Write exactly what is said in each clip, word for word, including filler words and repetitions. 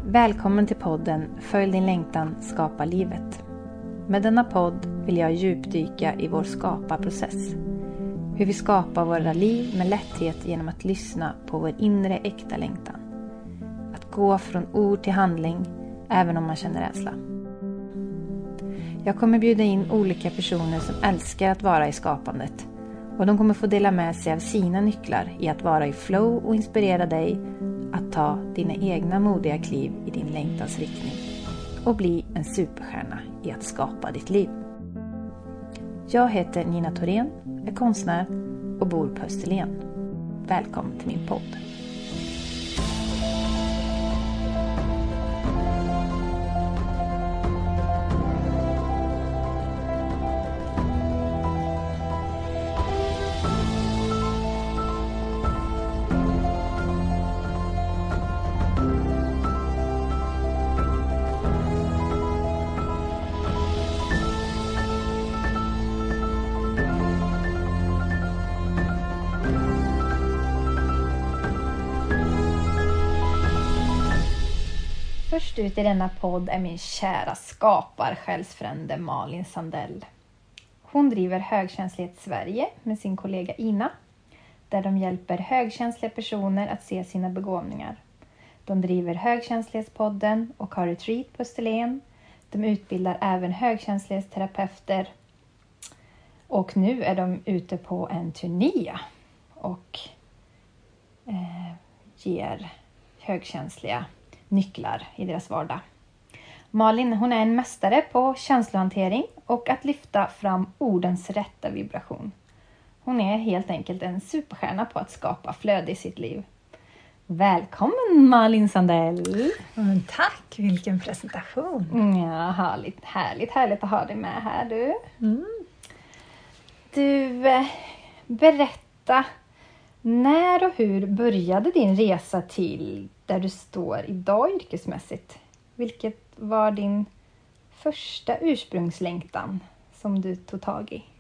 Välkommen till podden Följ din längtan, skapa livet. Med denna podd vill jag djupdyka i vår skaparprocess. Hur vi skapar våra liv med lätthet genom att lyssna på vår inre äkta längtan. Att gå från ord till handling, även om man känner rädsla. Jag kommer bjuda in olika personer som älskar att vara i skapandet. Och de kommer få dela med sig av sina nycklar i att vara i flow och inspirera dig att ta dina egna modiga kliv i din längtans riktning. Och bli en superstjärna i att skapa ditt liv. Jag heter Nina Thorén, är konstnär och bor på Österlen. Välkommen till min podd. Först ut i denna podd är min kära skaparsjälsfrände Malin Sandell. Hon driver Högkänslighet Sverige med sin kollega Ina, där de hjälper högkänsliga personer att se sina begåvningar. De driver Högkänslighetspodden och har retreat på Österlen. De utbildar även högkänslighetsterapeuter. Och nu är de ute på en turné och eh, ger högkänsliga nycklar i deras vardag. Malin, hon är en mästare på känslohantering och att lyfta fram ordens rätta vibration. Hon är helt enkelt en superstjärna på att skapa flöde i sitt liv. Välkommen Malin Sandell! Mm, tack, vilken presentation! Ja, härligt, härligt, härligt att ha dig med här du. Mm. Du, eh, berätta, när och hur började din resa till där du står idag yrkesmässigt? Vilket var din första ursprungslängtan som du tog tag i?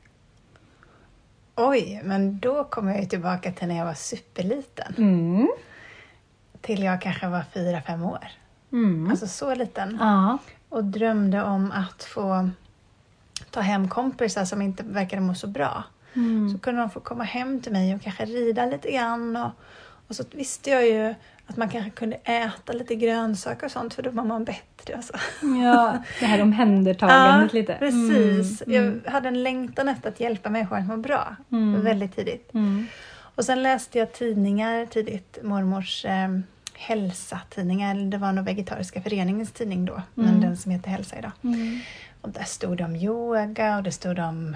Oj, men då kommer jag ju tillbaka till när jag var superliten. Mm. Till jag kanske var fyra, fem år. Mm. Alltså så liten. Ja. Och drömde om att få ta hem kompisar som inte verkade må så bra. Mm. Så kunde de få komma hem till mig och kanske rida lite grann. Och, och så visste jag ju att man kanske kunde äta lite grönsaker och sånt, för då var man bättre. Alltså. Ja, det här omhändertagandet ja, lite. Precis. Mm. Mm. Jag hade en längtan efter att hjälpa människor att må bra. Mm. Väldigt tidigt. Mm. Och sen läste jag tidningar tidigt. Mormors eh, hälsa-tidningar. Det var nog Vegetariska föreningens tidning då. Mm. Men den som heter Hälsa idag. Mm. Och där stod det om yoga och det stod om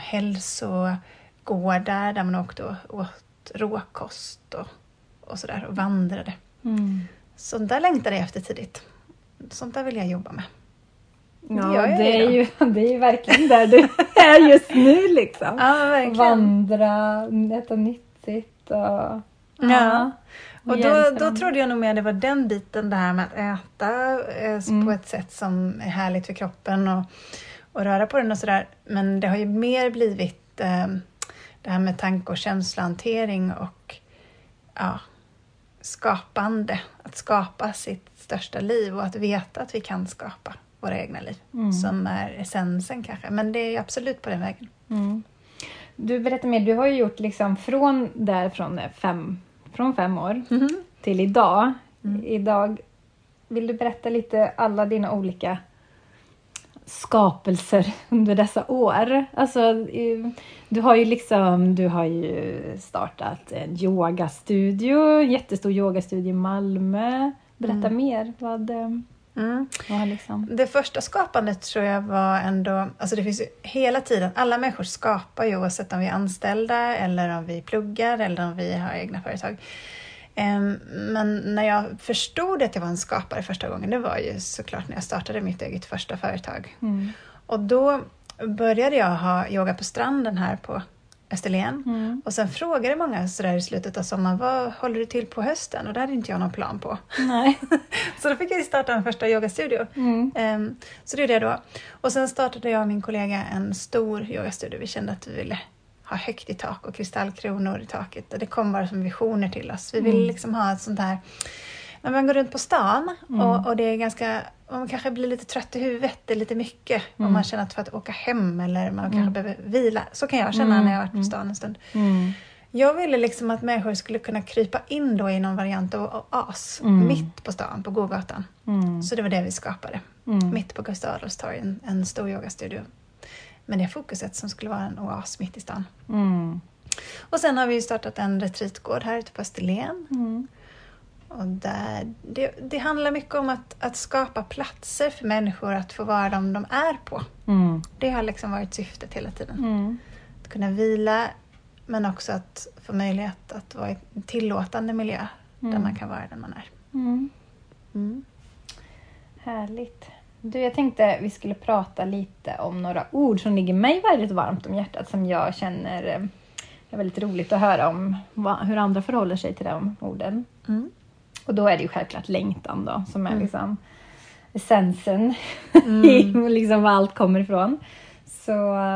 hälsogårdar där man åkte och åt råkost och, och sådär och vandrade. Mm. Sånt där längtade jag efter tidigt. Sånt där vill jag jobba med. Ja, det, det, är ju, det är ju verkligen där du är just nu liksom. Ja, verkligen. Vandra, äta nyttigt och... Ja, ja. Och då, då trodde jag nog mer det var den biten, det här med att äta eh, mm. på ett sätt som är härligt för kroppen och, och röra på den och sådär. Men det har ju mer blivit eh, det här med tanke- och känslohantering och ja, skapande. Att skapa sitt största liv och att veta att vi kan skapa våra egna liv. Mm. Som är essensen kanske. Men det är absolut på den vägen. Mm. Du berättar mer, du har ju gjort liksom från där från fem, från fem år mm. till idag. Mm. Idag vill du berätta lite alla dina olika skapelser under dessa år. Alltså du har ju liksom du har ju startat en yogastudio, en jättestor yogastudio i Malmö. Berätta mm. mer vad Mm. vad liksom. Det första skapandet tror jag var ändå, alltså det finns ju hela tiden, alla människor skapar ju oavsett om vi är anställda eller om vi pluggar eller om vi har egna företag. Men när jag förstod att jag var en skapare första gången, det var ju såklart när jag startade mitt eget första företag. Mm. Och då började jag ha yoga på stranden här på Österlen. Mm. Och sen frågade många sådär i slutet av sommaren, vad håller du till på hösten? Och det hade inte jag någon plan på. Nej. Så då fick jag starta en första yogastudio. Mm. Um, så det gjorde jag då. Och sen startade jag och min kollega en stor yogastudio. Vi kände att vi ville ha högt i tak och kristallkronor i taket. Och det kom bara som visioner till oss. Vi ville mm. liksom ha ett sånt här när man går runt på stan Mm. och, och det är ganska, man kanske blir lite trött i huvudet, det är lite mycket. Mm. Och man känner att för att åka hem eller man Mm. kanske behöver vila. Så kan jag känna Mm. när jag har varit på Mm. stan en stund. Mm. Jag ville liksom att människor skulle kunna krypa in då i någon variant av oas. Mm. Mitt på stan, på gågatan. Mm. Så det var det vi skapade. Mm. Mitt på Gustav Adolfs torg, en, en stor yogastudio. Med det fokuset som skulle vara en oas mitt i stan. Mm. Och sen har vi ju startat en retreatgård här ute på Österlen. Mm. Och där, det, det handlar mycket om att, att skapa platser för människor att få vara de de är på. Mm. Det har liksom varit syftet hela tiden. Mm. Att kunna vila, men också att få möjlighet att vara i en tillåtande miljö där Mm. man kan vara den man är. Mm. Mm. Härligt. Du, jag tänkte vi skulle prata lite om några ord som ligger mig väldigt varmt om hjärtat, som jag känner eh, är väldigt roligt att höra om vad, hur andra förhåller sig till de orden. Mm. Och då är det ju självklart längtan då, som är Mm. liksom essensen Mm. i liksom var allt kommer ifrån. Så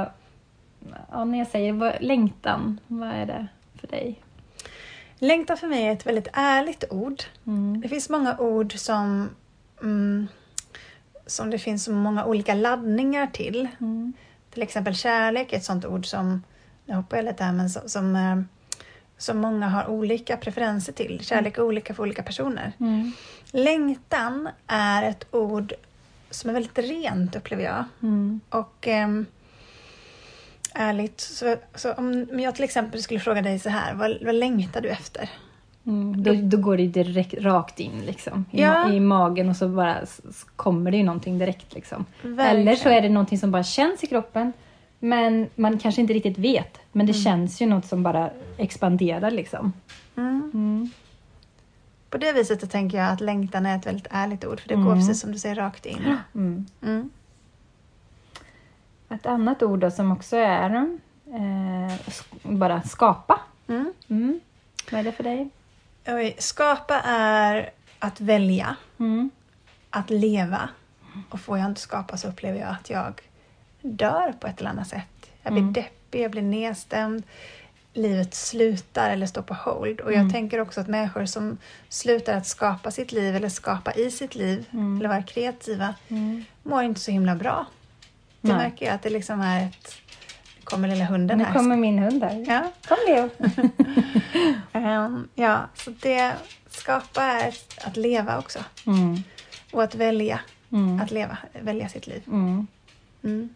ja, när jag säger vad, längtan, vad är det för dig? Längtan för mig är ett väldigt ärligt ord. Mm. Det finns många ord som, mm, som det finns så många olika laddningar till. Mm. Till exempel kärlek är ett sånt ord som, nu hoppar jag lite här, men som, som, eh, som många har olika preferenser till. Kärlek är olika för olika personer. Mm. Längtan är ett ord som är väldigt rent, upplever jag. Mm. Och ehm, ärligt, så, så om jag till exempel skulle fråga dig så här, vad, vad längtar du efter? Mm. Då, då går det direkt rakt in liksom, i, Ja. ma- i magen, och så bara s- s- kommer det ju någonting direkt. Liksom. Verkligen. Eller så är det någonting som bara känns i kroppen, men man kanske inte riktigt vet. Men det Mm. känns ju något som bara expanderar. Liksom. Mm. Mm. På det viset så tänker jag att längtan är ett väldigt ärligt ord, för det Mm. går precis som du säger rakt in. Mm. Mm. Ett annat ord då, som också är eh, sk- bara skapa. Mm. Mm. Vad är det för dig? Oj, skapa är att välja, Mm. att leva. Och får jag inte skapa så upplever jag att jag dör på ett eller annat sätt. Jag blir Mm. deppig, jag blir nedstämd. Livet slutar eller står på hold. Och jag Mm. tänker också att människor som slutar att skapa sitt liv eller skapa i sitt liv Mm. eller vara kreativa Mm. mår inte så himla bra. Det Nej. märker jag att det liksom är ett... kommer lilla hunden Nu här. kommer min hund där. Ja. Kom Leo. Um, ja, så det skapa är att leva också. Mm. Och att välja Mm. att leva, välja sitt liv. Mm. Mm.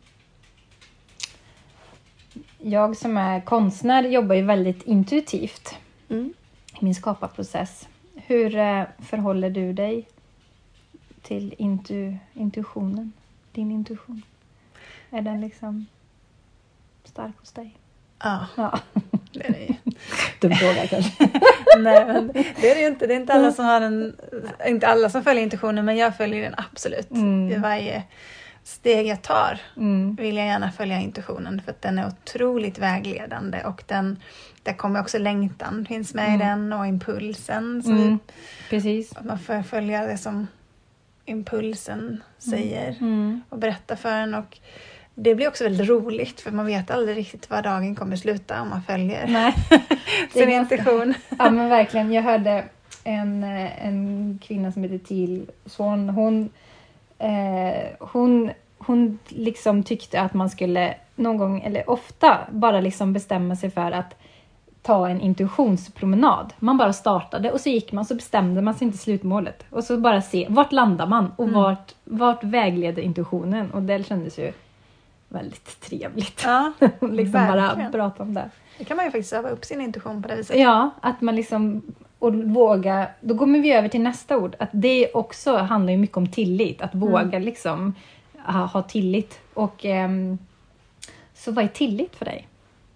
Jag som är konstnär jobbar ju väldigt intuitivt Mm. i min skaparprocess. Hur eh, förhåller du dig till intu, intuitionen? Din intuition? Är den liksom stark hos dig? Ja, Ja, det är det ju. dum fråga kanske. Nej, men det är det ju inte. Det är inte alla som har den, inte alla som följer intuitionen, men jag följer den absolut. Mm. I varje steg jag tar Mm. vill jag gärna följa intuitionen, för att den är otroligt vägledande, och den, där kommer också längtan finns med Mm. i den, och impulsen. Så Mm. Precis. att man får följa det som impulsen säger Mm. och berätta för en. Och det blir också väldigt roligt, för man vet aldrig riktigt var dagen kommer sluta om man följer Nej, det är sin ganska- intuition. Ja, men verkligen. Jag hörde en, eh, en kvinna som heter Till Swan. Hon, eh, hon, hon liksom tyckte att man skulle någon gång, eller ofta, bara liksom bestämma sig för att ta en intuitionspromenad. Man bara startade och så gick man, så bestämde man sig inte slutmålet. Och så bara se, vart landar man och Mm. vart, vart vägleder intuitionen. Och det kändes ju väldigt trevligt. Ja, liksom bara verkligen. prata om det. Det kan man ju faktiskt öva upp sin intuition på det viset. Ja, att man liksom och våga, då går vi över till nästa ord, att det också handlar ju mycket om tillit, att våga liksom ha, ha tillit. Och ehm, så vad är tillit för dig?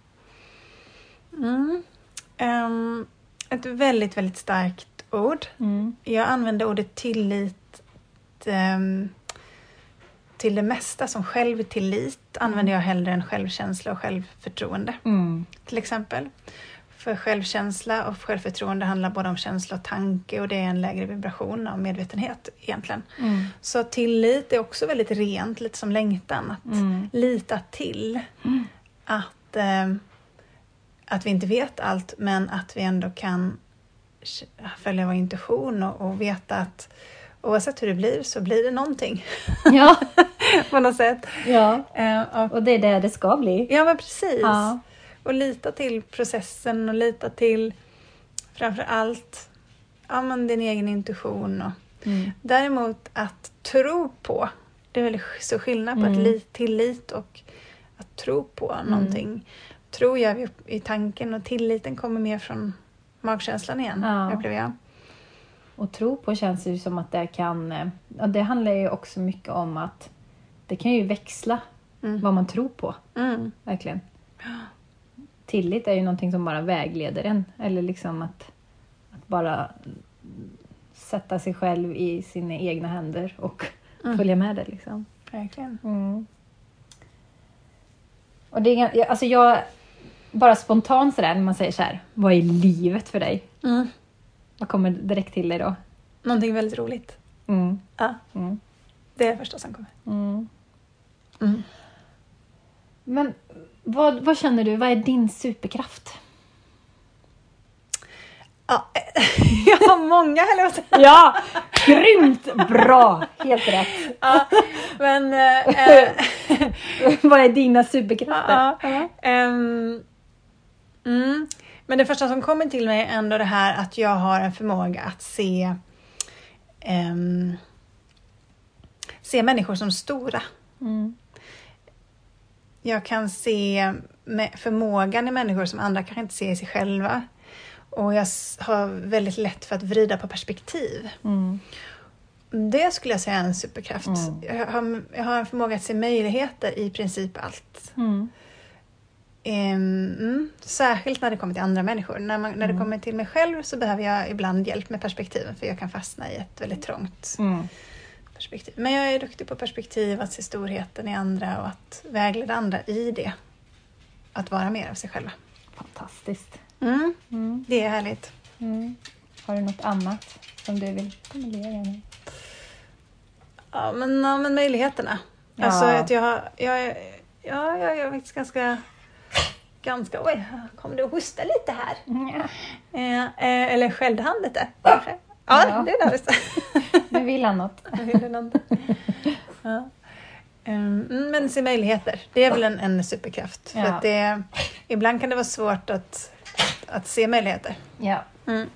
Mm. Um, ett väldigt, väldigt starkt ord. Mm. Jag använder ordet tillit um, till det mesta. Som självtillit använder jag hellre än självkänsla och självförtroende. Mm. Till exempel. För självkänsla och självförtroende handlar både om känsla och tanke, och det är en lägre vibration av medvetenhet egentligen. Mm. Så tillit är också väldigt rent, lite som längtan. Att Mm. lita till Mm. att, eh, att vi inte vet allt, men att vi ändå kan följa vår intuition och, och veta att oavsett hur det blir så blir det någonting. Ja. På något sätt. Ja. Eh, och, och det är det det ska bli. Ja, men precis. Ja. Och lita till processen och lita till framför allt ja, men din egen intuition. Och Mm. Däremot att tro på, det är väl så skillnad på Mm. att lit, tillit och att tro på Mm. någonting. Tro gör vi i tanken och tilliten kommer mer från magkänslan igen, Ja. upplever jag. Och tro på känns ju som att det kan... Ja, det handlar ju också mycket om att det kan ju växla Mm. vad man tror på. Mm. Verkligen. Tillit är ju någonting som bara vägleder en. Eller liksom att, att bara sätta sig själv i sina egna händer och Mm. följa med det liksom. Verkligen. Mm. Och det är, jag- alltså jag, bara spontant sådär när man säger så här, vad är livet för dig? Mm. Vad kommer direkt till dig då? Någonting väldigt roligt. Mm. Ja, Mm. det är det första som kommer. Mm. Mm. Men vad, vad känner du, vad är din superkraft? Ja, jag har många, eller vad säger jag? Ja, grymt bra, helt rätt. Ja, men... eh, Vad är dina superkrafter? Ja, ehm, mm. Men det första som kommer till mig är ändå det här att jag har en förmåga att se ehm, se människor som stora. Mm. Jag kan se med förmågan i människor som andra kanske inte ser i sig själva. Och jag s- har väldigt lätt för att vrida på perspektiv. Mm. Det skulle jag säga är en superkraft. Mm. Jag, har, jag har en förmåga att se möjligheter i princip allt. Mm. Ehm, mm, särskilt när det kommer till andra människor. När, man, när det Mm. kommer till mig själv så behöver jag ibland hjälp med perspektiven. För jag kan fastna i ett väldigt trångt Mm. perspektiv. Men jag är duktig på perspektiv, att se storheten i andra och att vägleda andra i det. Att vara mer av sig själva. Fantastiskt. Mm, Mm. det är härligt. Mm. Har du något annat som du vill kommentera med? Ja, men, ja, men möjligheterna. Ja. Alltså att jag har... Jag, är- ja, jag är faktiskt ganska... Ganska... Oj, kommer du att hosta lite här? Ja. Eh, eh, eller skällde han lite? Kanske? Ja, Ja. det är det. Nu vill han något. Jag vill något. Ja. Um, men se möjligheter. Det är väl en, en superkraft. För Ja. att det, ibland kan det vara svårt att, att se möjligheter. Ja. Mm.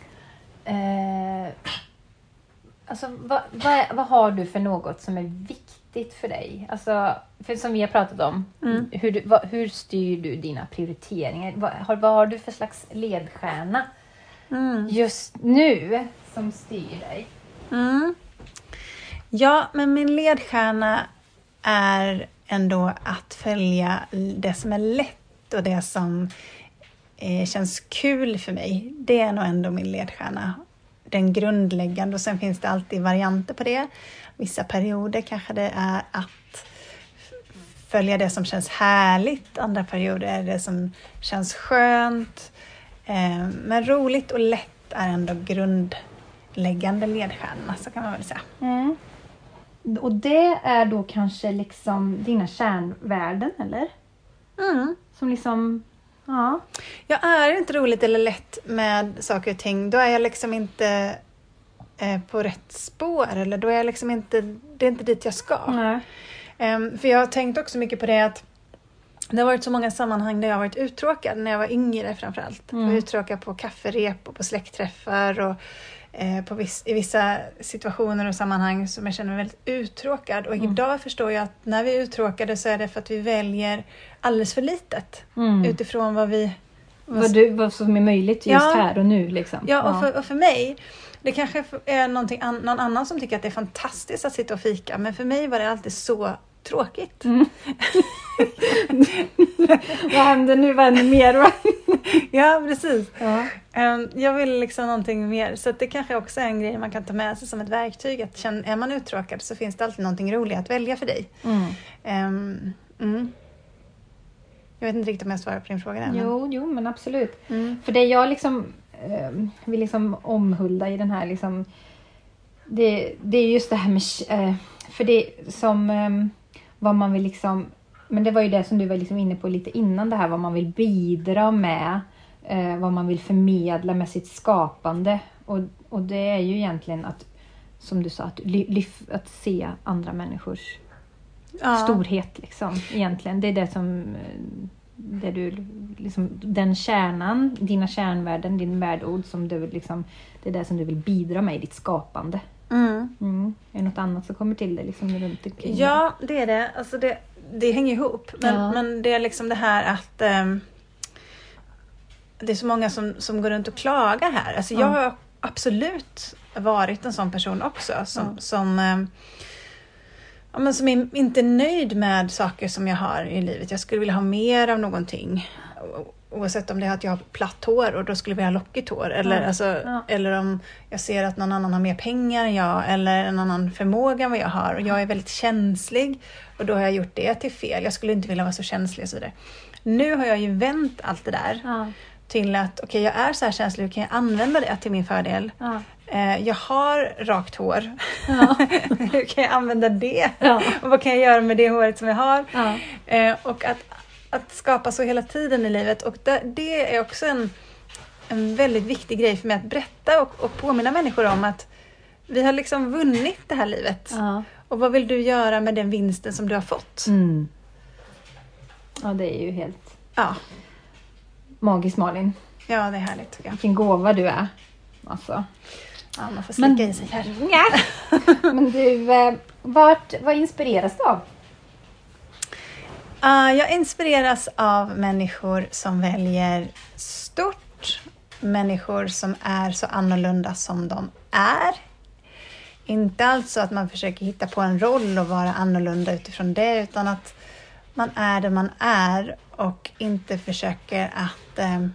Eh, alltså, vad, vad, är, vad har du för något som är viktigt för dig? Alltså, för som vi har pratat om, Mm. hur, du, vad, hur styr du dina prioriteringar? Vad har, vad har du för slags ledstjärna Mm. just nu som styr dig? Mm. Ja, men min ledstjärna är ändå att följa det som är lätt och det som eh, känns kul för mig. Det är nog ändå min ledstjärna. Den grundläggande, och sen finns det alltid varianter på det. Vissa perioder kanske det är att följa det som känns härligt. Andra perioder är det som känns skönt. Eh, men roligt och lätt är ändå grundläggande ledstjärnorna, så kan man väl säga. Mm. Och det är då kanske liksom dina kärnvärden, eller? Mm. Som liksom, ja. Jag är inte roligt eller lätt med saker och ting. Då är jag liksom inte eh, på rätt spår. Eller då är jag liksom inte, det är inte dit jag ska. Nej. Um, för jag har tänkt också mycket på det att det har varit så många sammanhang där jag har varit uttråkad. När jag var yngre framförallt. Mm. Jag var uttråkad på kafferep och på släktträffar. Och eh, på viss, i vissa situationer och sammanhang som jag känner mig väldigt uttråkad. Och Mm. idag förstår jag att när vi är uttråkade så är det för att vi väljer alldeles för litet. Mm. Utifrån vad vi... Vad, du, vad som är möjligt just Ja. här och nu. Liksom. Ja, och för, och för mig, det kanske är någonting an, någon annan som tycker att det är fantastiskt att sitta och fika, men för mig var det alltid så tråkigt. Mm. Vad händer nu? Vad händer mer? Ja, precis. Ja. Um, jag vill liksom någonting mer, så att det kanske också är en grej man kan ta med sig som ett verktyg. Att känna, är man uttråkad så finns det alltid någonting roligt att välja för dig. Mm. Um, mm. Jag vet inte riktigt om jag svarar på din fråga där. men- Jo, jo, men absolut. Mm. För det jag liksom eh, vill liksom omhulda i den här liksom, det, det är just det här med eh, för det som eh, vad man vill liksom, men det var ju det som du var liksom inne på lite innan, det här vad man vill bidra med Eh, vad man vill förmedla med sitt skapande. Och, och det är ju egentligen att, som du sa, att, lyf, att se andra människors ja. storhet liksom, egentligen. Det är det som det du, liksom, den kärnan, dina kärnvärden, din värdeord som du liksom, det är det som du vill bidra med i ditt skapande. Mm. Mm. Är det något annat som kommer till det liksom, runt omkring? Ja, det är det. Alltså det, det hänger ihop. Men, ja. men det är liksom det här att um, det är så många som, som går runt och klagar här. Alltså, ja. Jag har absolut varit en sån person också som, ja. som um, Ja, men som är inte är nöjd med saker som jag har i livet. Jag skulle vilja ha mer av någonting. Oavsett om det är att jag har platt hår och då skulle jag vilja ha lockigt hår. Eller, ja. Alltså, ja. eller om jag ser att någon annan har mer pengar än jag. Eller en annan förmåga än vad jag har. Och jag är väldigt känslig. Och då har jag gjort det till fel. Jag skulle inte vilja vara så känslig och så vidare. Nu har jag ju vänt allt det där. Ja. Till att okej, okay, jag är så här känslig. Hur kan jag använda det till min fördel? Ja. Jag har rakt hår. Ja. Hur kan jag använda det? Ja. Och vad kan jag göra med det håret som jag har? Ja. Och att, att skapa så hela tiden i livet. Och det, det är också en, en väldigt viktig grej för mig att berätta och, och påminna människor om att vi har liksom vunnit det här livet. Ja. Och vad vill du göra med den vinsten som du har fått? Mm. Ja, det är ju helt ja. magiskt, Malin. Ja, det är härligt tycker jag. Vilken gåva du är. Alltså. Ja, man får slicka men, i sig här. Ja. Men du, vart, vad inspireras du av? Uh, jag inspireras av människor som väljer stort. Människor som är så annorlunda som de är. Inte alltså att man försöker hitta på en roll och vara annorlunda utifrån det. Utan att man är det man är och inte försöker att eh,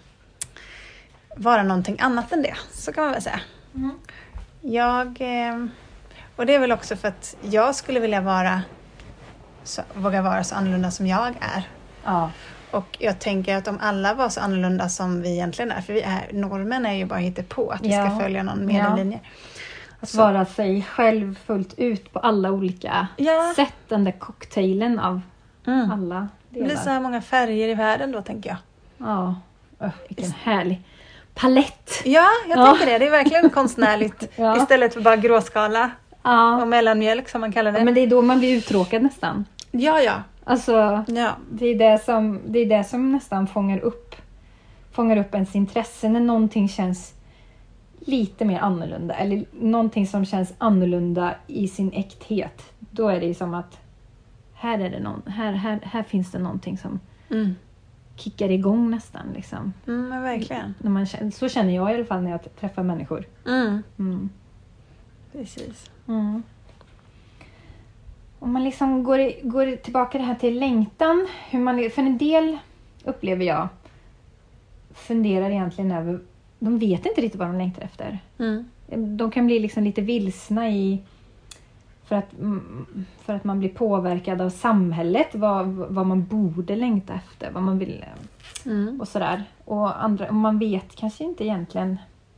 vara någonting annat än det. Så kan man väl säga. Mm. Jag, eh, och det är väl också för att jag skulle vilja vara så, våga vara så annorlunda som jag är. Ja. Och jag tänker att om alla var så annorlunda som vi egentligen är, för vi är, normen är ju bara hitta på att vi ja. ska följa någon medellinje. Ja. Att vara sig själv fullt ut på alla olika ja. sätt, den där cocktailen av mm. alla delar. Det blir så här många färger i världen då, tänker jag. Ja, oh, vilken härlig palett. Ja, jag ja. tänker det. Det är verkligen konstnärligt. Ja. Istället för bara gråskala ja. och mellanmjölk som man kallar det. Ja, men det är då man blir uttråkad nästan. Ja, ja. Alltså, ja. Det, är det, som, det är det som nästan fångar upp, fångar upp ens intresse när någonting känns lite mer annorlunda. Eller någonting som känns annorlunda i sin äkthet. Då är det ju som att här, är det någon, här, här, här finns det någonting som mm. kickar igång nästan. Liksom. Mm, men verkligen. När man, så känner jag i alla fall när jag träffar människor. Mm. Mm. Precis. Mm. Om man liksom går, går tillbaka det här till längtan. Hur man, för en del upplever jag funderar egentligen över. De vet inte riktigt vad de längtar efter. Mm. De kan bli liksom lite vilsna i för att, för att man blir påverkad av samhället. Vad, vad man borde längta efter. Vad man vill. Mm. Och sådär. Och, andra, och man vet kanske inte egentligen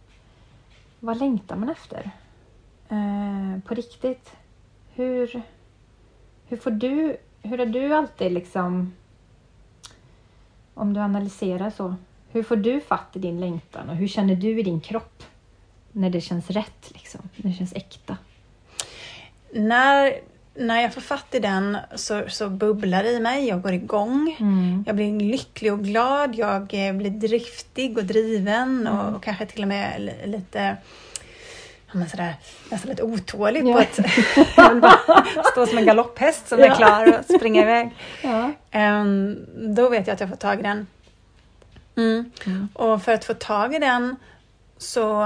vad längtar man efter. Eh, på riktigt. Hur, hur får du, hur har du alltid liksom, om du analyserar så, hur får du fatt i din längtan och hur känner du i din kropp när det känns rätt liksom, när det känns äkta? När, när jag får fatt i den så, så bubblar det i mig, jag går igång, mm. jag blir lycklig och glad, jag blir driftig och driven och, mm. och kanske till och med lite men sådär, nästan lite otålig ja. på ett jag vill bara stå som en galopphäst som ja. är klar och springa iväg. Ja. Um, då vet jag att jag får tag i den. Mm. Mm. Och för att få tag i den så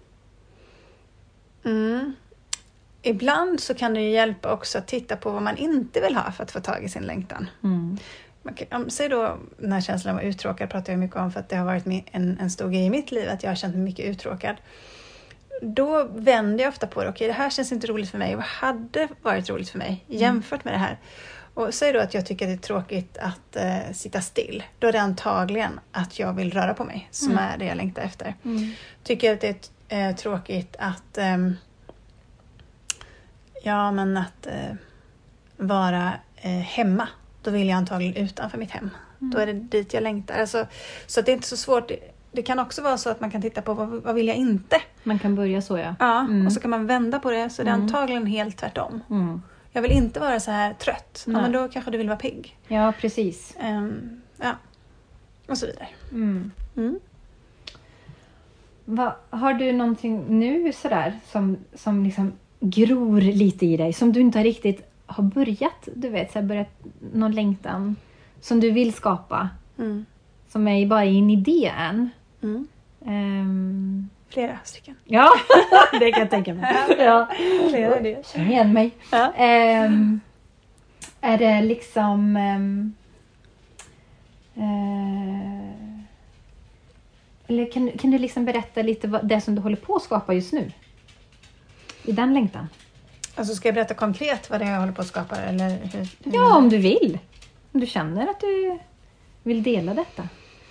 um, ibland så kan det ju hjälpa också att titta på vad man inte vill ha för att få tag i sin längtan. Mm. Man kan, säg då, den här känslan av uttråkad pratar jag mycket om för att det har varit en, en stor grej i mitt liv att jag har känt mig mycket uttråkad. Då vänder jag ofta på det. Okej, det här känns inte roligt för mig. Vad hade varit roligt för mig jämfört med det här? Och säg då att jag tycker att det är tråkigt att eh, sitta still. Då är det antagligen att jag vill röra på mig. Som mm. är det jag längtar efter. Mm. Tycker att det är eh, tråkigt att eh, ja, men att eh, vara eh, hemma. Då vill jag antagligen utanför mitt hem. Mm. Då är det dit jag längtar. Alltså, så att det är inte så svårt det kan också vara så att man kan titta på vad, vad vill jag inte? Man kan börja så, ja. Ja, Mm. och så kan man vända på det. Så det är Mm. antagligen helt tvärtom. Mm. Jag vill inte vara så här trött. Ja, Nej. men då kanske du vill vara pigg. Ja, precis. Um, ja, och så vidare. Mm. Mm. Va, har du någonting nu sådär som, som liksom gror lite i dig? Som du inte riktigt har börjat, du vet, så här börjat någon längtan som du vill skapa? Mm. Som är bara i en idé än? Mm. Um, Flera stycken. ja, det kan jag tänka mig. Ja. Flera det. Känn igen mig. Ja. Um, är det liksom... Um, uh, eller kan, kan du liksom berätta lite vad det som du håller på att skapa just nu? I den längtan. Alltså ska jag berätta konkret vad det är jag håller på att skapa? Eller hur, hur Ja, om du vill. Om du känner att du vill dela detta.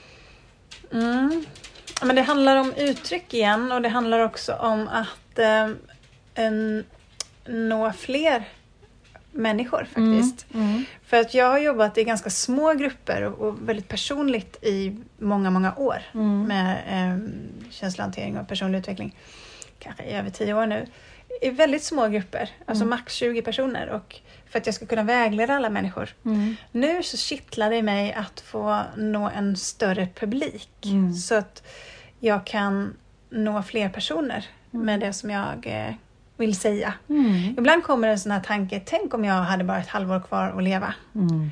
Mm. Men det handlar om uttryck igen. Och det handlar också om att eh, en, nå fler människor faktiskt. Mm. Mm. För att jag har jobbat i ganska små grupper och, och väldigt personligt i många, många år. Mm. Med eh, känslohantering och personlig utveckling. Kanske i över tio år nu. I väldigt små grupper. Alltså Mm. max tjugo personer. Och för att jag ska kunna vägleda alla människor. Mm. Nu så kittlar det mig att få nå en större publik. Mm. Så att jag kan nå fler personer Mm. med det som jag eh, vill säga. Mm. Ibland kommer en sån här tanke, tänk om jag hade bara ett halvår kvar att leva. Mm.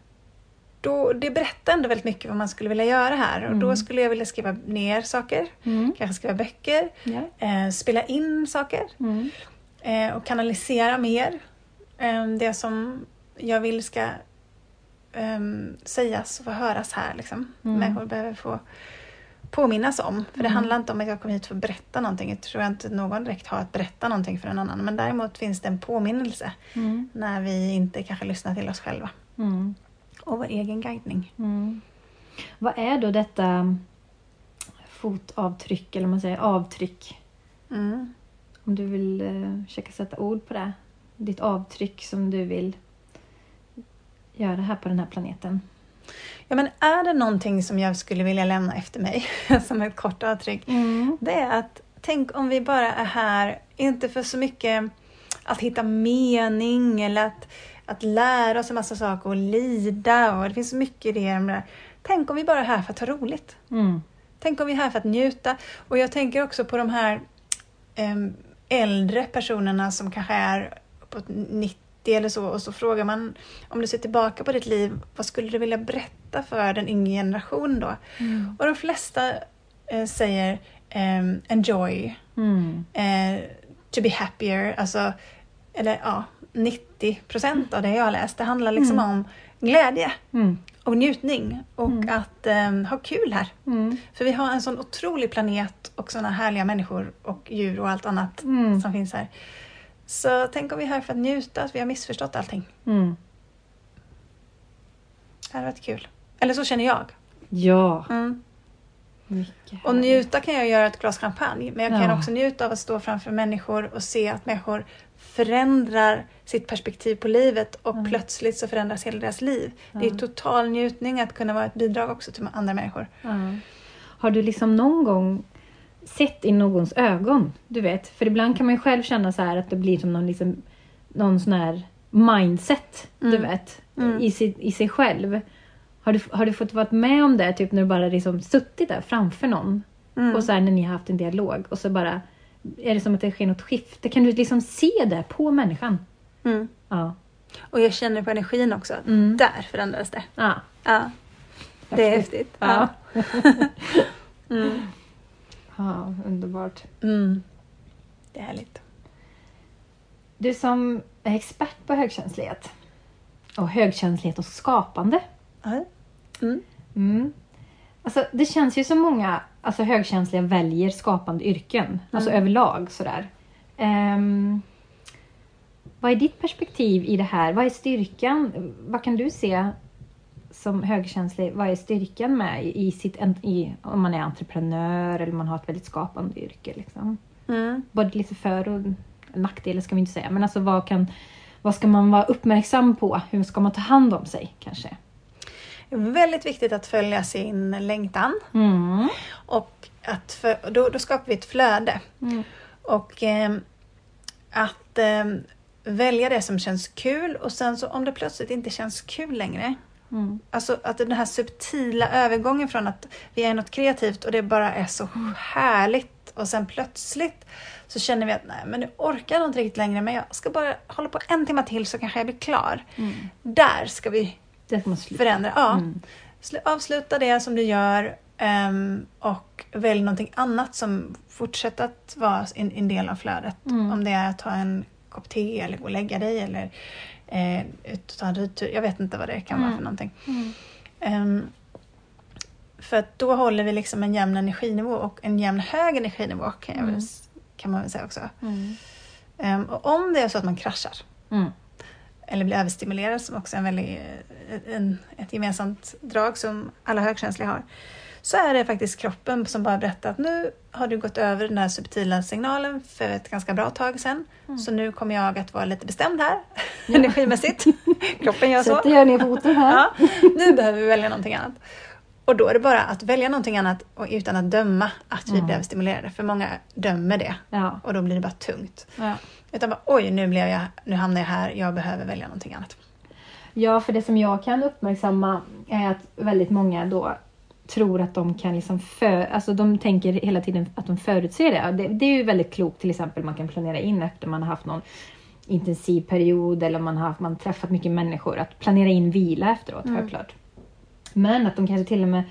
Då, det berättar ändå väldigt mycket vad man skulle vilja göra här. Och Mm. då skulle jag vilja skriva ner saker. Mm. Kanske skriva böcker. Ja. Eh, spela in saker. Mm. Eh, och kanalisera mer. Eh, det som jag vill ska eh, sägas och få höras här. Liksom. Mm. Människor behöver få påminnas om. För det Mm. handlar inte om att jag kommer hit för att berätta någonting. Jag tror inte någon direkt har att berätta någonting för en annan. Men däremot finns det en påminnelse. Mm. När vi inte kanske lyssnar till oss själva. Mm. Och vår egen guidning. Mm. Vad är då detta fotavtryck, eller man säger avtryck? Mm. Om du vill eh, försöka sätta ord på det. Ditt avtryck som du vill göra här på den här planeten. Ja, men är det någonting som jag skulle vilja lämna efter mig som ett kort avtryck, Mm. det är att tänk om vi bara är här, inte för så mycket att hitta mening eller att, att lära oss en massa saker och lida, och det finns så mycket idéer om det där. Tänk om vi bara är här för att ha roligt. Mm. Tänk om vi är här för att njuta. Och jag tänker också på de här äm, äldre personerna som kanske är på nittio eller så, och så frågar man, om du ser tillbaka på ditt liv, vad skulle du vilja berätta för den yngre generationen då? Mm. Och de flesta eh, säger um, enjoy, Mm. eh, to be happier, alltså, eller ja, nittio procent av det jag har läst, det handlar liksom Mm. om glädje Mm. och njutning och Mm. att um, ha kul här. Mm. För vi har en sån otrolig planet och såna härliga människor och djur och allt annat Mm. som finns här. Så tänk om vi är här för att njuta, att vi har missförstått allting. Mm. Det hade varit kul. Eller så känner jag. Ja. Mm. Mycket Och härligt. njuta kan jag göra ett glas champagne. Men jag kan Ja. också njuta av att stå framför människor och se att människor förändrar sitt perspektiv på livet. Och Mm. plötsligt så förändras hela deras liv. Det är Ja. total njutning att kunna vara ett bidrag också till andra människor. Ja. Har du liksom någon gång sett i någons ögon? Du vet, för ibland kan man ju själv känna så här att det blir som någon, liksom, någon sån här mindset, du Mm. vet, Mm. i, sig, i sig själv. Har du, har du fått vara med om det, typ när du bara liksom suttit där framför någon Mm. och så här när ni har haft en dialog och så bara är det som att det sker något skifte? Kan du liksom se det på människan? Mm. Ja. Och jag känner på energin också. Mm. Där förändras det. Ja. Ja. Det är häftigt. Ja. Mm. Ja, underbart. Mm. Det är härligt. Du som är expert på högkänslighet och högkänslighet och skapande. Ja. Mm. Mm. Alltså, det känns ju som många alltså, högkänsliga väljer skapande yrken. Alltså Mm. överlag sådär. Um, vad är ditt perspektiv i det här? Vad är styrkan? Vad kan du se som högkänslig? Vad är styrkan med i, i sitt, i, om man är entreprenör eller man har ett väldigt skapande yrke? Liksom? Mm. Både lite för och nackdelar ska vi inte säga. Men alltså vad, kan, vad ska man vara uppmärksam på? Hur ska man ta hand om sig kanske? Det är väldigt viktigt att följa sin längtan. Mm. Och att för, då, då skapar vi ett flöde. Mm. Och eh, att eh, välja det som känns kul. Och sen så om det plötsligt inte känns kul längre. Mm. Alltså att den här subtila övergången från att vi är något kreativt och det bara är så härligt. Och sen plötsligt så känner vi att nej, men nu orkar jag inte riktigt längre. Men jag ska bara hålla på en timme till så kanske jag blir klar. Mm. Där ska vi Det måste förändra. Ja. Mm. Avsluta det som du gör. Um, och välj någonting annat som fortsätter att vara en, en del av flödet. Mm. Om det är att ta en kopp te eller gå och lägga dig eller eh, ut och ta en ridtur. Jag vet inte vad det kan Mm. vara för någonting. Mm. Um, för att då håller vi liksom en jämn energinivå och en jämn hög energinivå kan, jag Mm. väl, kan man väl säga också. Mm. Um, och om det är så att man kraschar Mm. eller blir överstimulerad som också är en väldigt, en, ett gemensamt drag som alla högkänsliga har. Så är det faktiskt kroppen som bara berättar att nu har du gått över den här subtila signalen för ett ganska bra tag sedan. Mm. Så nu kommer jag att vara lite bestämd här, ja. energimässigt. Kroppen gör så. Sätter jag ner foten här. Ja, nu behöver vi välja någonting annat. Och då är det bara att välja någonting annat och utan att döma att vi Mm. blir överstimulerade. För många dömer det Ja. och då blir det bara tungt. Ja. Utan bara, oj nu, blev jag, nu hamnar jag här, jag behöver välja någonting annat. Ja, för det som jag kan uppmärksamma är att väldigt många då tror att de kan liksom för, alltså de tänker hela tiden att de förutser det. det. Det är ju väldigt klokt, till exempel man kan planera in efter man har haft någon intensiv period eller man har haft, man träffat mycket människor, att planera in vila efteråt, Mm. självklart. Men att de kanske till och med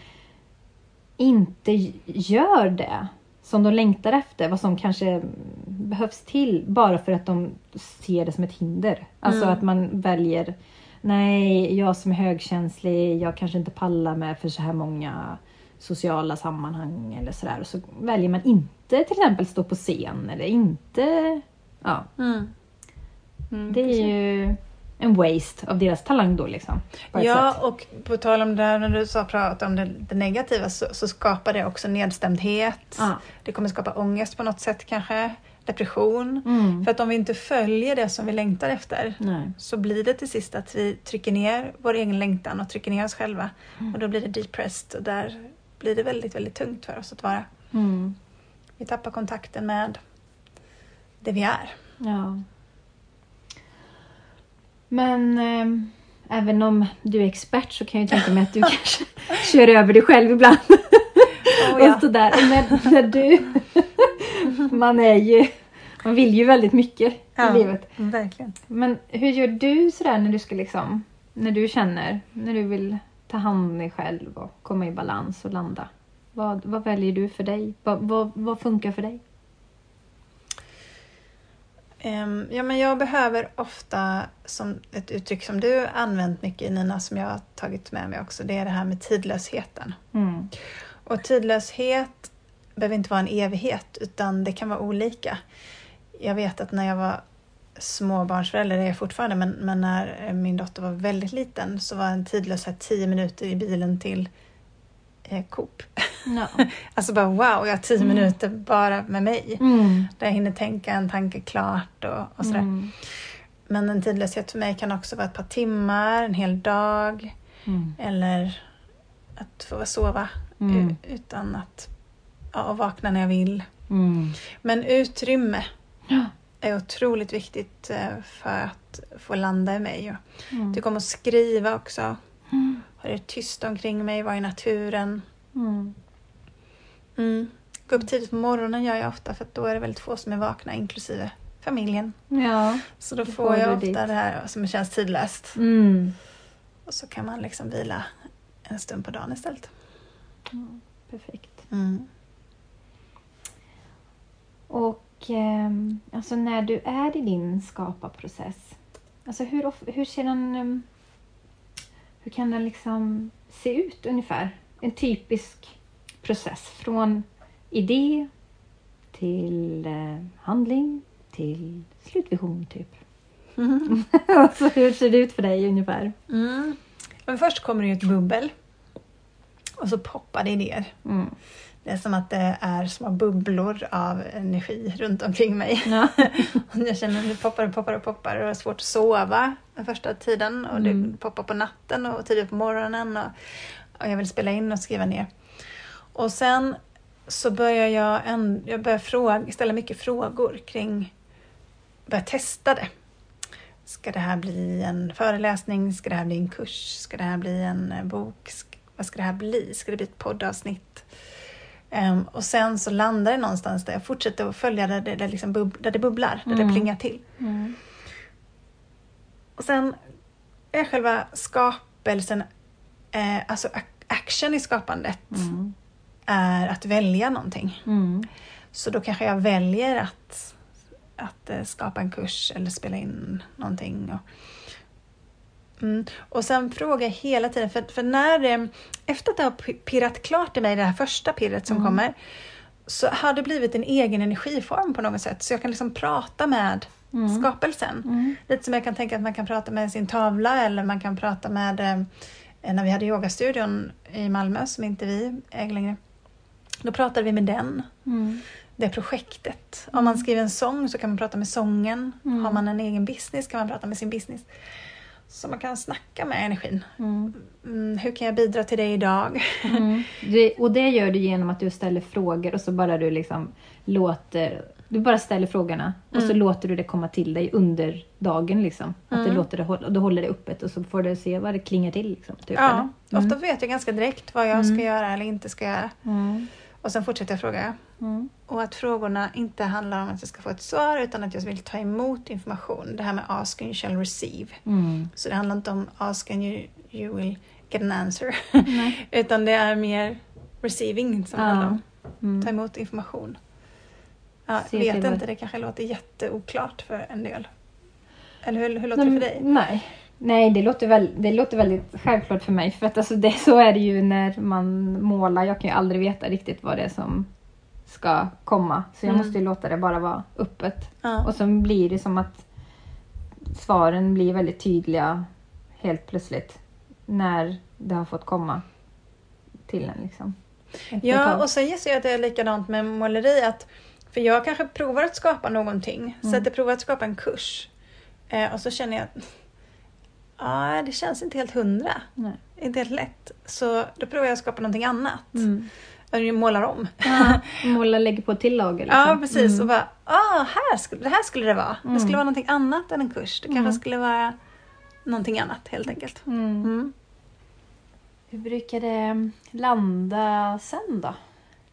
inte gör det som de längtar efter, vad som kanske behövs till, bara för att de ser det som ett hinder. Alltså Mm. att man väljer, nej, jag som är högkänslig, jag kanske inte pallar med för så här många sociala sammanhang eller sådär. Och så väljer man inte till exempel stå på scen eller inte, ja. Mm. Mm, Det är ju en waste av deras talang då liksom. på ett Ja, sätt. och på tal om det här, när du sa prata om det, det negativa så, så skapar det också nedstämdhet. Ja. Det kommer skapa ångest på något sätt kanske. Depression. Mm. För att om vi inte följer det som vi längtar efter Nej. så blir det till sist att vi trycker ner vår egen längtan och trycker ner oss själva. Mm. Och då blir det depressed och där blir det väldigt, väldigt tungt för oss att vara. Mm. Vi tappar kontakten med det vi är. Ja. Men eh, även om du är expert så kan jag tänka mig att du kanske kör över dig själv ibland. Oh, ja. Och så där. När, när du... man är ju... Man vill ju väldigt mycket Ja, i livet. verkligen. Men hur gör du sådär när du ska liksom... När du känner... När du vill ta hand om dig själv och komma i balans och landa. Vad, vad väljer du för dig? Vad, vad, vad funkar för dig? Um, ja, men jag behöver ofta, som ett uttryck som du använt mycket Nina, som jag har tagit med mig också, det är det här med tidlösheten. Mm. Och tidlöshet behöver inte vara en evighet, utan det kan vara olika. Jag vet att när jag var småbarnsförälder, det är jag fortfarande, men, men när min dotter var väldigt liten så var en tidlöshet tio minuter i bilen till eh, Coop. Ja. Alltså bara wow, jag har tio Mm. minuter bara med mig. Mm. Där jag hinner tänka en tanke klart och, och sådär. Mm. Men en tidlöshet för mig kan också vara ett par timmar, en hel dag. Mm. Eller att få sova Mm. u- utan att ja, och vakna när jag vill. Mm. Men utrymme Ja. är otroligt viktigt eh, för att få landa i mig. Mm. Du kommer att skriva också. Mm. Ha det tyst omkring mig, vara i naturen. Mm. Mm. Gå upp tidigt på morgonen gör jag ofta, för att då är det väldigt få som är vakna, inklusive familjen. Ja. Så då Då får får jag du ofta dit. det här som känns tidlöst. Mm. Och så kan man liksom vila en stund på dagen istället. Mm. Perfekt. Mm. Och ehm, alltså när du är i din skaparprocess, alltså hur, of- hur ser den, ehm, hur kan den liksom se ut ungefär? En typisk process från idé till eh, handling till slutvision typ. Mm. Alltså hur ser det ut för dig ungefär? Mm. Men först kommer det ju ett bubbel. Och så poppar det idéer. Mm. Det är som att det är små bubblor av energi runt omkring mig. Ja. Jag känner att det poppar och poppar och poppar och det är svårt att sova den första tiden. Och Mm. det poppar på natten och tidigt på morgonen. Och, och jag vill spela in och skriva ner. Och sen så börjar jag, en, jag börjar fråga, ställa mycket frågor kring, börja testa det. Ska det här bli en föreläsning? Ska det här bli en kurs? Ska det här bli en bok? Vad ska det här bli? Ska det bli ett poddavsnitt? Um, och sen så landar det någonstans där jag fortsätter att följa där det, där liksom bub- där det bubblar, där Mm. det plingar till. Mm. Och sen är själva skapelsen, eh, alltså action i skapandet Mm. är att välja någonting. Mm. Så då kanske jag väljer att, att eh, skapa en kurs eller spela in någonting. Och, mm. och sen frågar jag hela tiden, för, för när det, efter att det har pirrat klart i mig, det här första pirret som Mm. kommer, så har det blivit en egen energiform på något sätt. Så jag kan liksom prata med Mm. skapelsen. Mm. Lite som jag kan tänka att man kan prata med sin tavla, eller man kan prata med, eh, när vi hade yogastudion i Malmö som inte vi äger längre. Då pratade vi med den. Mm. Det projektet. Om man skriver en sång så kan man prata med sången. Mm. Har man en egen business kan man prata med sin business. Så man kan snacka med energin. Mm. Mm, hur kan jag bidra till dig idag? Mm. Det, och det gör du genom att du ställer frågor och så bara du liksom låter, du bara ställer frågorna och Mm. så låter du det komma till dig under dagen liksom. Att Mm. det låter det, och du håller det öppet och så får du se vad det klingar till liksom. Typ, Ja, eller? Mm. ofta vet jag ganska direkt vad jag ska göra eller inte ska göra. Mm. Och sen fortsätter jag fråga. Mm. Och att frågorna inte handlar om att jag ska få ett svar utan att jag vill ta emot information. Det här med ask and you shall receive. Mm. Så det handlar inte om ask and you, you will get an answer. Nej. Utan det är mer receiving som Ja. handlar om. Mm. Ta emot information. Ja, Se vet till vad- inte, det kanske låter jätteoklart för en del. Eller hur, hur låter det för dig? Nej, Nej det, låter väl, det låter väldigt självklart för mig. För att alltså det, så är det ju när man målar. Jag kan ju aldrig veta riktigt vad det är som ska komma. Så jag Mm. måste ju låta det bara vara öppet. Ja. Och så blir det som att svaren blir väldigt tydliga helt plötsligt. När det har fått komma till en liksom. Efter ett Ja, tag. och sen gissar jag att det är likadant med måleri. Att, för jag kanske provar att skapa någonting. Så Mm. att jag provar att skapa en kurs. Eh, och så känner jag att ah, det känns inte helt hundra. Nej. Inte helt lätt. Så då provar jag att skapa någonting annat. Mm. Jag målar om. Ja, måla, lägger på till lager. Liksom. Ja, precis. Mm. Och bara, ah, här skulle, det här skulle det vara. Mm. Det skulle vara någonting annat än en kurs. Det kanske Mm. skulle vara någonting annat helt enkelt. Mm. Mm. Hur brukar det landa sen då?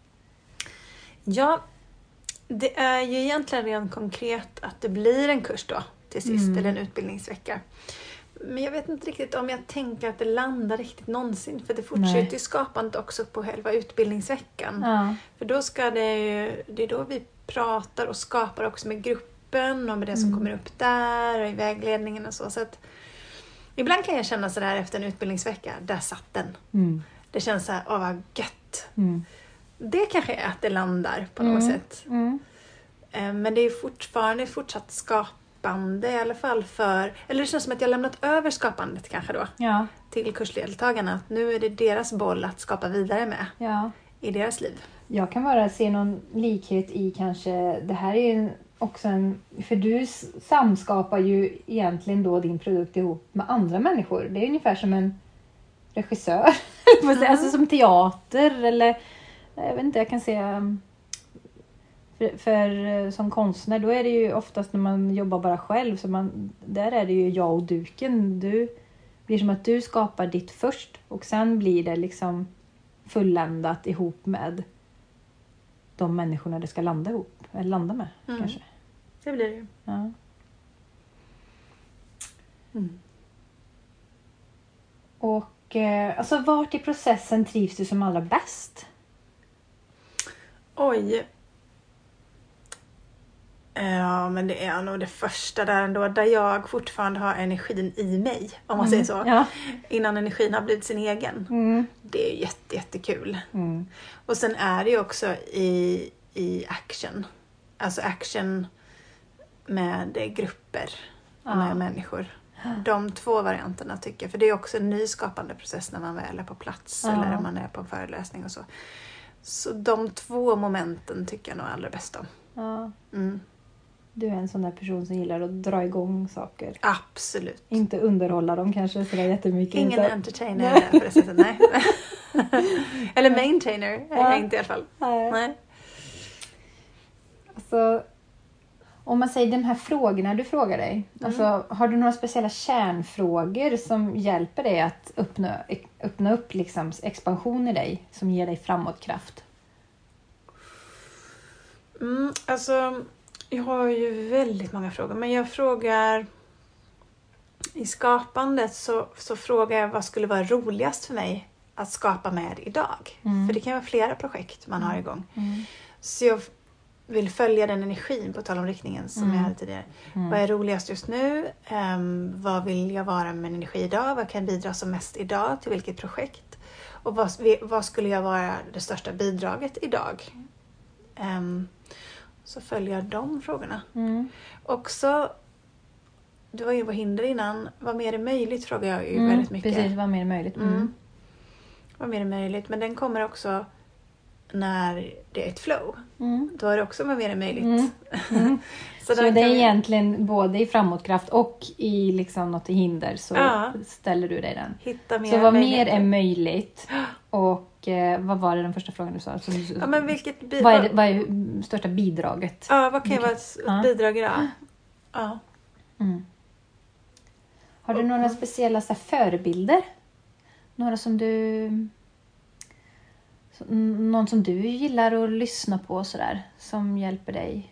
Ja, det är ju egentligen rent konkret att det blir en kurs då till sist, Mm. eller en utbildningsvecka. Men jag vet inte riktigt om jag tänker att det landar riktigt någonsin. För det fortsätter Nej. ju skapandet också på själva utbildningsveckan. Ja. För då ska det ju, det är då vi pratar och skapar också med gruppen och med det som Mm. kommer upp där och i vägledningen och så. Så att ibland kan jag känna sådär efter en utbildningsvecka, där satt den. Mm. Det känns så här, åh vad gött. Mm. Det kanske är att det landar på något Mm. sätt. Mm. Eh, Men det är fortfarande fortsatt skapande i alla fall för, eller det känns som att jag lämnat över skapandet kanske då Ja. till kursdeltagarna. Att nu är det deras boll att skapa vidare med Ja. i deras liv. Jag kan bara se någon likhet i kanske, det här är ju en- också en, för du s- samskapar ju egentligen då din produkt ihop med andra människor. Det är ungefär som en regissör, mm. alltså som teater eller, jag vet inte, jag kan se, um, för, för uh, som konstnär då är det ju oftast när man jobbar bara själv, så man, där är det ju jag och duken. Du blir som att du skapar ditt först och sen blir det liksom fulländat ihop med de människorna det ska landa ihop, eller landa med Mm. kanske. Det blir det ju. Ja. Mm. Och eh, alltså vart i processen trivs du som allra bäst? Oj. Ja, men det är nog det första där ändå, där jag fortfarande har energin i mig, om man Mm. säger så. Ja. Innan energin har blivit sin egen. Mm. Det är jätte, jättekul. Mm. Och sen är det ju också i, i action. Alltså action med grupper och Ja. med människor. De två varianterna tycker jag. För det är också en ny skapande process när man väl är på plats. Ja. Eller när man är på en föreläsning och så. Så de två momenten tycker jag nog allra bäst om. Ja. Mm. Du är en sån där person som gillar att dra igång saker. Absolut. Inte underhålla dem kanske sådär jättemycket. Ingen utan... entertainer där på det sättet, nej. Eller maintainer, är Ja. jag inte i alla fall. Nej. Nej. Alltså, om man säger de här frågorna du frågar dig. Mm. Alltså, har du några speciella kärnfrågor som hjälper dig att öppna, öppna upp liksom expansion i dig? Som ger dig framåtkraft? Mm, alltså, jag har ju väldigt många frågor. Men jag frågar... I skapandet så, så frågar jag vad skulle vara roligast för mig att skapa med idag. Mm. För det kan vara flera projekt man har igång. Mm. Så jag vill följa den energin, på tal om riktningen som Mm. jag hade tidigare. Mm. Vad är roligast just nu? Um, vad vill jag vara med energi idag? Vad kan bidra som mest idag? Till vilket projekt? Och vad, vad skulle jag vara det största bidraget idag? Um, så följer jag de frågorna. Mm. Också, du var ju på hinder innan. Vad mer är möjligt, frågar jag ju Mm. väldigt mycket. Precis, vad mer är möjligt. Mm. Mm. Vad mer är möjligt? Men den kommer också när det är ett flow. Mm. Då är det också vad mer är möjligt. Mm. Mm. Så, Så, det är kan vi... egentligen både i framåtkraft och i liksom något hinder så Ja. ställer du dig den. Hitta mer Så vad mer möjligheter. är möjligt? Och eh, vad var det den första frågan du sa? Som, Ja, men vilket bi- vad, är det, vad är största bidraget? Ja, vad kan jag vara Vilket- ett Ja. bidrag idag? Ja. Mm. Har du några speciella så här, förebilder? Några som du... så- n- Någon som du gillar att lyssna på sådär, som hjälper dig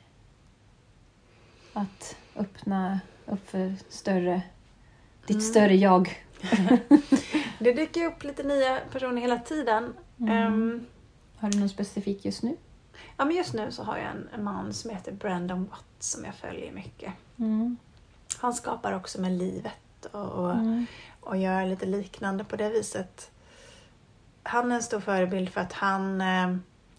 att öppna upp för större, ditt Mm. större jag? Det dyker ju upp lite nya personer hela tiden. Mm. Ehm, Har du någon specifik just nu? ja, men just nu så har jag en, en man som heter Brandon Watt som jag följer mycket. Mm. Han skapar också med livet och, och, Mm. och gör lite liknande på det viset. Han är en stor förebild för att han eh,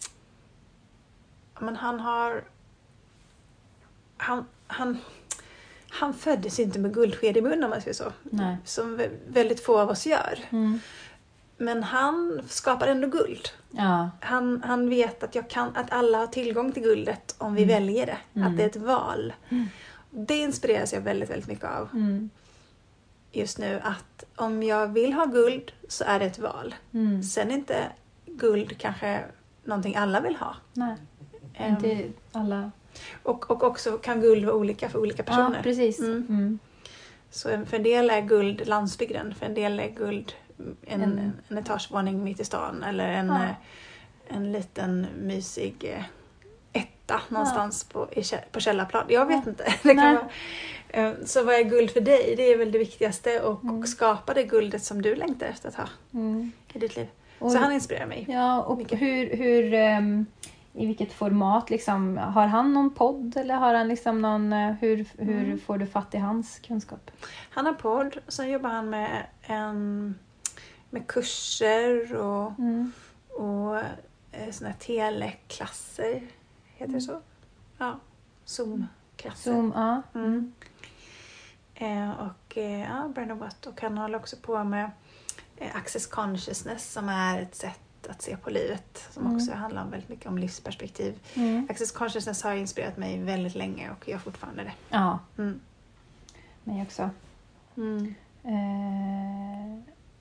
men han har han, han, han föddes inte med guldsked i munnen, om man säger så. Nej. Som vä- väldigt få av oss gör. Mm. Men han skapar ändå guld. Ja. Han, han vet att, jag kan, att alla har tillgång till guldet om vi Mm. väljer det. Mm. Att det är ett val. Mm. Det inspireras jag väldigt, väldigt mycket av Mm. just nu. Att om jag vill ha guld så är det ett val. Mm. Sen är inte guld kanske någonting alla vill ha. Nej, Ehm, inte alla. och, och också kan guld vara olika för olika personer. Ja, precis. Mm. Mm. Så för en del är guld landsbygden. För en del är guld en, En- en, en etagevåning mitt i stan. Eller en, Ja. eh, en liten mysig eh, etta någonstans på, i, kä- på källarplan. Jag vet Ja. inte. Det kan Nej. vara, eh, så vad är guld för dig? Det är väl det viktigaste. Och, Mm. och skapa det guldet som du längtar efter att ha Mm. i ditt liv. Och, Så han inspirerar mig. ja, och mycket. hur, hur, ehm, i vilket format liksom, har han någon podd eller har han liksom någon, eh, hur, hur Mm. får du fatt i hans kunskap? Han har podd. Sen jobbar han med, en, med kurser och Mm. Och eh, såna här teleklasser, heter det så? Ja, Zoom-klasser. Zoom, ja. Mm. Eh, och eh, ja, Brandon Watt. Och han håller också på med eh, Access Consciousness som är ett sätt att se på livet. Som Mm. också handlar om väldigt mycket om livsperspektiv. Mm. Access Consciousness har inspirerat mig väldigt länge och gör fortfarande det. Ja, Mm. mig också. Mm. Eh,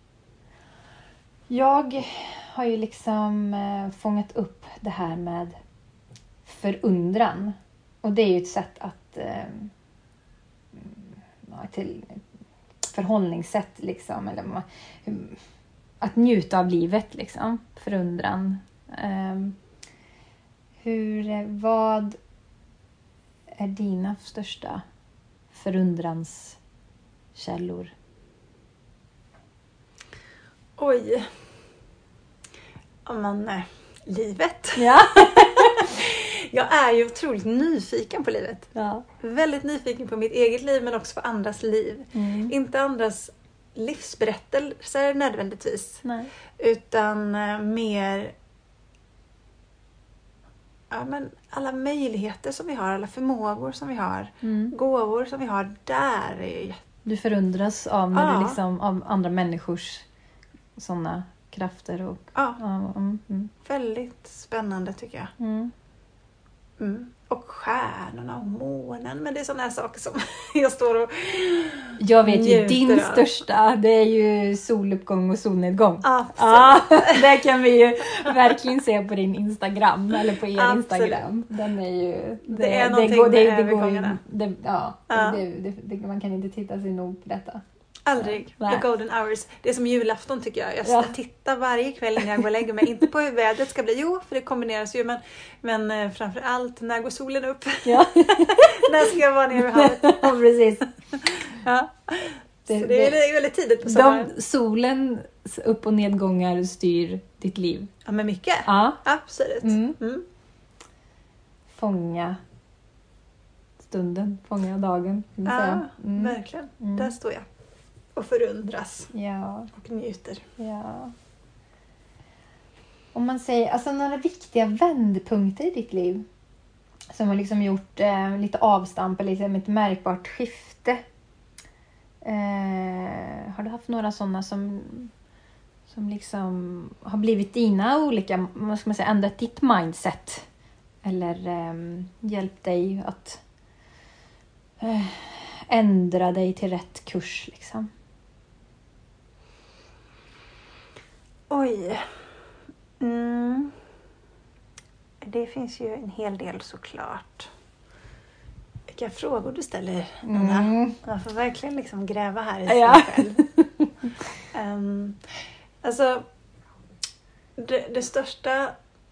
jag har ju liksom eh, fångat upp det här med förundran. Och det är ju ett sätt att eh, ja, till förhållningssätt liksom. Eller, ma- hur- att njuta av livet liksom. Förundran. Eh, hur, vad är dina största förundranskällor? Oj. Ja, men eh, livet. Ja. Jag är ju otroligt nyfiken på livet. Ja. Väldigt nyfiken på mitt eget liv men också på andras liv. Mm. Inte andras livsberättelser nödvändigtvis. Nej. Utan eh, mer ja, men alla möjligheter som vi har, alla förmågor som vi har, Mm. gåvor som vi har, där är ju jätte- Du förundras av när Ja. du liksom, av andra människors såna krafter. Och, Ja, ja, mm, mm. väldigt spännande tycker jag. Mm. Mm. Och stjärnorna och månen. Men det är sådana här saker som jag står och Jag vet ju, din av. största, det är ju soluppgång och solnedgång. Absolut. Ja, det kan vi ju verkligen se på din Instagram, eller på er Absolut. Instagram. Den är ju... Det, Det är det någonting går, det, med det går ju, övergångarna. det, ja, Ja. Det, det, det, man kan inte titta sig nog på detta. Aldrig. Nej. The golden hours. Det är som julafton tycker jag. Jag Ja. tittar varje kväll när jag går och lägger mig. Inte på hur vädret ska bli. Jo, för det kombineras ju. Men, men eh, framför allt, när går solen upp? Ja, När ska jag vara nere vid havet? ja precis. Ja. Det- Så det är det- väldigt tidigt på sommaren. De, solens upp- och nedgångar styr ditt liv. Ja, men mycket. Ja. Absolut. Mm. Mm. Fånga stunden, fånga dagen. Kan man Ja, säga. Mm. verkligen. Mm. Där står jag. Och förundras. Ja, Och njuter. ja. Om man säger, alltså några viktiga vändpunkter i ditt liv som har liksom gjort eh, lite avstamp eller liksom ett märkbart skifte. Eh, har du haft några sådana som, som liksom har blivit dina olika, vad ska man säga, ändrat ditt mindset? Eller eh, hjälpt dig att eh, ändra dig till rätt kurs liksom? Oj. Mm. Det finns ju en hel del såklart. Vilka frågor du ställer, Anna. Mm. Man får verkligen liksom gräva här i sig Ja. själv. um, alltså, det, det största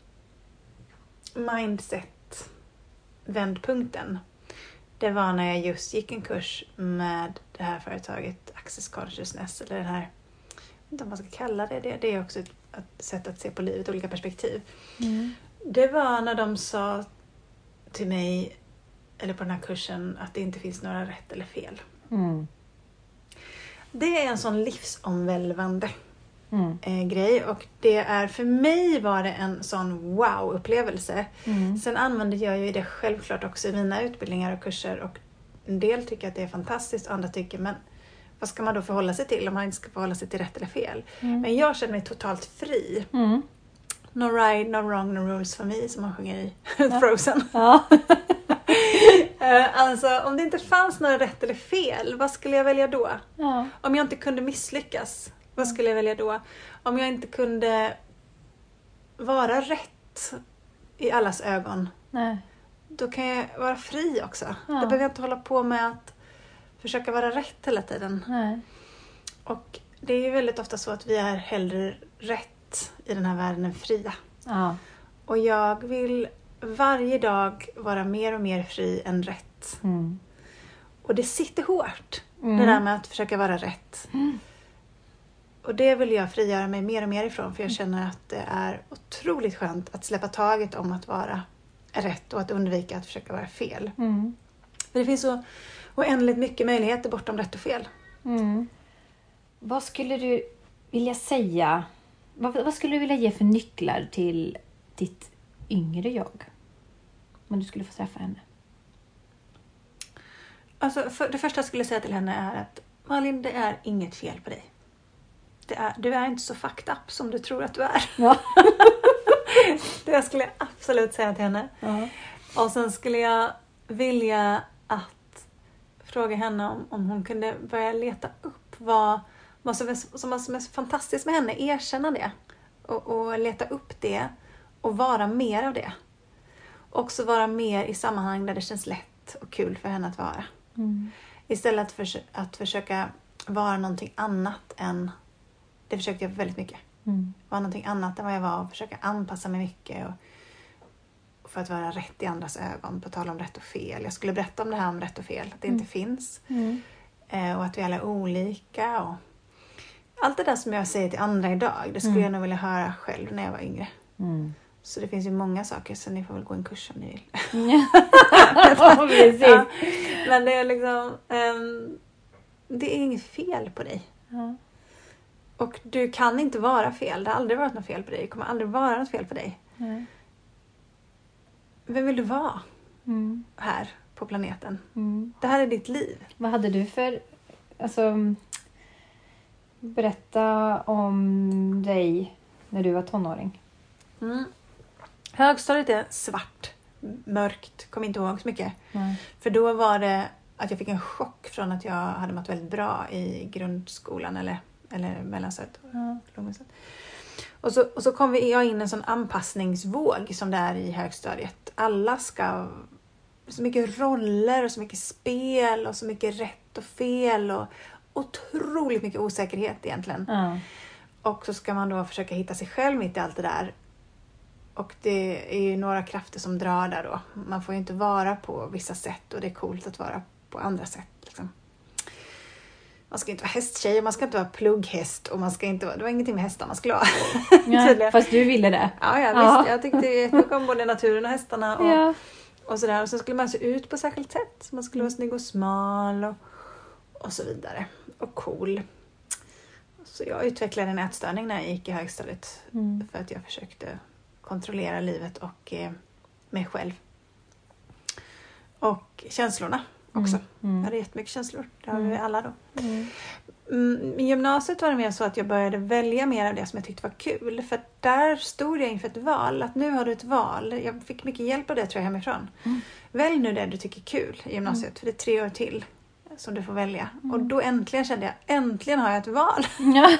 mindset-vändpunkten, det var när jag just gick en kurs med det här företaget Access Consciousness, eller den här, jag vet inte vad man ska kalla det, det, det är också ett, ett sätt att se på livet, olika perspektiv. Mm. Det var när de sa till mig, eller på den här kursen, att det inte finns några rätt eller fel. Mm. Det är en sån livsomvälvande Mm. eh, grej, och det är, för mig var det en sån wow-upplevelse. Mm. Sen använder jag ju det självklart också i mina utbildningar och kurser, och en del tycker att det är fantastiskt, andra tycker, men vad ska man då förhålla sig till om man inte ska förhålla sig till rätt eller fel? Mm. Men jag känner mig totalt fri. Mm. No right, no wrong, no rules för mig, som man sjunger i Frozen. Ja. Eh, alltså, om det inte fanns några rätt eller fel, vad skulle jag välja då? Ja. Om jag inte kunde misslyckas, vad skulle jag välja då? Om jag inte kunde vara rätt i allas ögon, Nej. då kan jag vara fri också. Ja. Då behöver jag inte hålla på med att försöka vara rätt hela tiden. Nej. Och det är ju väldigt ofta så att vi är hellre rätt i den här världen än fria. Ja. Och jag vill varje dag vara mer och mer fri än rätt. Mm. Och det sitter hårt, Mm. det där med att försöka vara rätt. Mm. Och det vill jag frigöra mig mer och mer ifrån, för jag känner att det är otroligt skönt att släppa taget om att vara rätt och att undvika att försöka vara fel. Mm. För det finns så oändligt mycket möjligheter bortom rätt och fel. Mm. Vad skulle du vilja säga, vad, vad skulle du vilja ge för nycklar till ditt yngre jag? Om du skulle få träffa henne. Alltså, för det första jag skulle säga till henne är att Malin, det är inget fel på dig. Det är, du är inte så fucked up som du tror att du är. Ja. Det skulle jag absolut säga till henne. Ja. Och sen skulle jag vilja att fråga henne om, om hon kunde börja leta upp vad, vad som, är, som är, som är fantastiskt med henne. Erkänna det. Och, och leta upp det. Och vara mer av det. Också vara mer i sammanhang där det känns lätt och kul för henne att vara. Mm. Istället för att försöka vara någonting annat än... Det försökte jag väldigt mycket. Mm. Vara någonting annat än vad jag var. Och försöka anpassa mig mycket. Och, för att vara rätt i andras ögon. På tal om rätt och fel. Jag skulle berätta om det här om rätt och fel. Att det Mm. inte finns. Mm. Eh, och att vi alla är olika. Och allt det där som jag säger till andra idag. Det skulle Mm. jag nog vilja höra själv när jag var yngre. Mm. Så det finns ju många saker. Så ni får väl gå en kurs om ni vill. Ja, precis. Ja, men det är liksom... ehm, det är inget fel på dig. Ja. Och du kan inte vara fel. Det har aldrig varit något fel på dig. Det kommer aldrig vara något fel på dig. Nej. Vem vill du vara Mm. här på planeten? Mm. Det här är ditt liv. Vad hade du för, alltså, Berätta om dig när du var tonåring. Mm. Högstadiet är svart, mörkt, kom inte ihåg så mycket. Nej. För då var det att jag fick en chock från att jag hade mått väldigt bra i grundskolan eller, eller mellanstadiet. Ja. Och så, och så kom vi jag in en sån anpassningsvåg som det är i högstadiet. Alla ska... Så mycket roller och så mycket spel och så mycket rätt och fel och otroligt mycket osäkerhet egentligen. Ja. Och så ska man då försöka hitta sig själv mitt i allt det där. Och det är ju några krafter som drar där då. Man får ju inte vara på vissa sätt och det är coolt att vara på andra sätt. Liksom. Man ska inte vara hästtjej och man ska inte vara plugghäst och man ska inte vara... Det var ingenting med hästar man skulle vara. Ja, fast du ville det. Ja, ja, Ja. visst. Jag tyckte jättemycket om både naturen och hästarna och... Ja. Och sådär. Och så skulle man se ut på särskilt sätt. Man skulle vara snygg och smal och, och så vidare. Och cool. Så jag utvecklade en ätstörning när jag gick i högstadiet. Mm. För att jag försökte kontrollera livet och eh, mig själv. Och känslorna också. Mm. Mm. Jag hade jättemycket känslor. Det har vi Mm. alla då. Mm. Mm, I gymnasiet var det mer så att jag började välja mer av det som jag tyckte var kul. För där stod jag inför ett val. Att nu har du ett val. Jag fick mycket hjälp av det tror jag hemifrån. Mm. Välj nu det du tycker är kul i gymnasiet. Mm. För det är tre år till som du får välja. Mm. Och då äntligen kände jag, äntligen har jag ett val. Ja.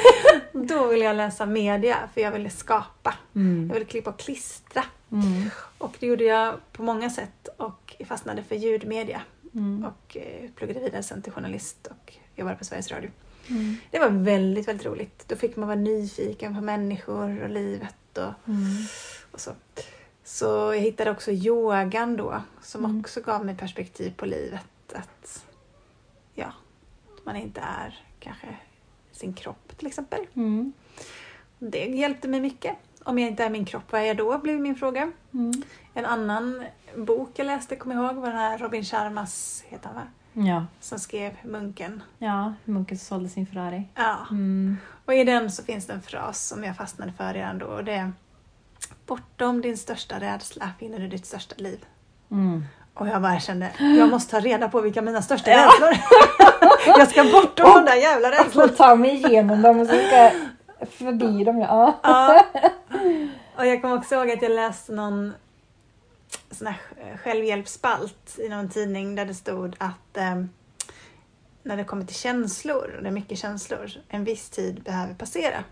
Då ville jag läsa media. För jag ville skapa. Mm. Jag ville klippa och klistra. Mm. Och det gjorde jag på många sätt. Och jag fastnade för ljudmedia. Mm. Och eh, pluggade vidare sen till journalist. Och jobbade på Sveriges Radio. Mm. Det var väldigt, väldigt roligt. Då fick man vara nyfiken på människor och livet och, Mm. och så. Så jag hittade också yogan då, som Mm. också gav mig perspektiv på livet. Att ja, man inte är kanske sin kropp till exempel. Mm. Det hjälpte mig mycket. Om jag inte är min kropp, vad är jag då? Blev min fråga. Mm. En annan bok jag läste, kommer jag ihåg, var den här Robin Sharmas, heter han va? Ja. Som skrev Munken. Ja, munken som sålde sin Ferrari. Ja. Mm. Och i den så finns det en fras som jag fastnade för redan då. Och det är: bortom din största rädsla finner du ditt största liv. Mm. Och jag bara kände, jag måste ta reda på vilka mina största rädslor. Jag ska bortom de där jävla Jag får rädslorna. ta mig igenom dem och så ska jag förbi dem. Ja. Ja. Och jag kommer också ihåg att jag läste någon sån här självhjälpsspalt i någon tidning där det stod att eh, när det kommer till känslor, och det är mycket känslor, en viss tid behöver passera.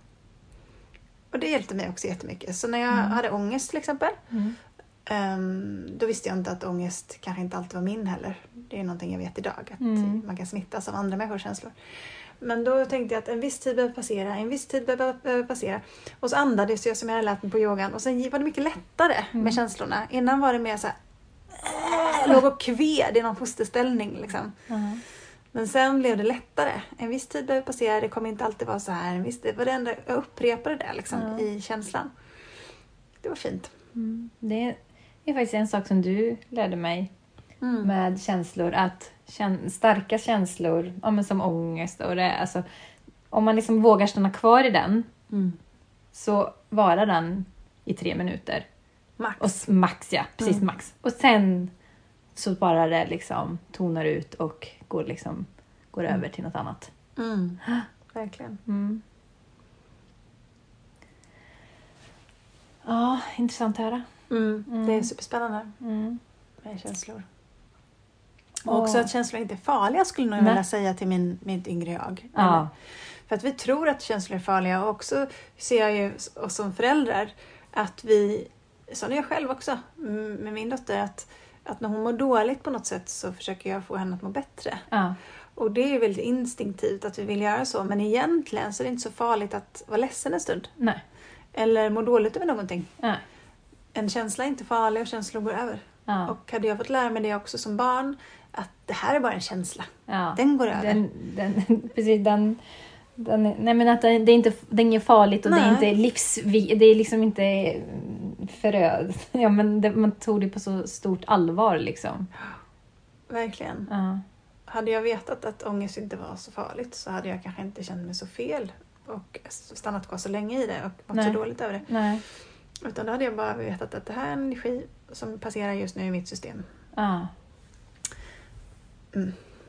Och det hjälpte mig också jättemycket. Så när jag Mm. hade ångest till exempel, Mm. um, då visste jag inte att ångest kanske inte alltid var min heller. Det är någonting jag vet idag, att Mm. man kan smittas av andra människors känslor. Men då tänkte jag att en viss tid behöver passera, en viss tid behöver, behöver passera. Och så andades jag som jag hade lärt mig på yogan. Och sen var det mycket lättare Mm. med känslorna. Innan var det mer så här, äh, låg och kved i någon fosterställning liksom. Ja. Men sen blev det lättare. En viss tid behöver passera, det kommer inte alltid vara så här. En viss tid, var det enda, jag upprepade det liksom, Ja. i känslan. Det var fint. Mm. Det är, det är faktiskt en sak som du lärde mig Mm. med känslor. Att kän, starka känslor, ja, men som ångest. Och det, alltså, om man liksom vågar stanna kvar i den, Mm. så varar den i tre minuter. Max. Och s- max, ja. Precis Mm. max. Och sen så bara det liksom tonar ut och går, liksom, går Mm. över till något annat. Mm. Verkligen. Mm. Ja, intressant att höra. Mm. Mm. Det är superspännande Mm. med känslor. Och- Och också att känslor inte är farliga skulle nog jag Nej. vilja säga till min, mitt yngre jag. Ja. För att vi tror att känslor är farliga och också ser jag ju oss som föräldrar att vi, så är jag själv också mm, med min dotter, att, att när hon mår dåligt på något sätt så försöker jag få henne att må bättre. Ja. Och det är ju väldigt instinktivt att vi vill göra så, men egentligen så är det inte så farligt att vara ledsen en stund. Nej. Eller må dåligt över någonting. Ja. En känsla är inte farlig och känslor går över. Ja. Och hade jag fått lära mig det också som barn, att det här är bara en känsla. Ja. Den går över. Den, den, precis, den, den, nej men att det, det är inte det är inget farligt och det är Nej. inte livsvi, det är liksom inte föröd. Ja, men det, man tog det på så stort allvar liksom. Verkligen. Ja. Hade jag vetat att ångest inte var så farligt så hade jag kanske inte känt mig så fel och stannat kvar så länge i det och mått Nej. så dåligt över det. Nej. Utan då hade jag bara vetat att det här är en energi som passerar just nu i mitt system. Ja. Mm.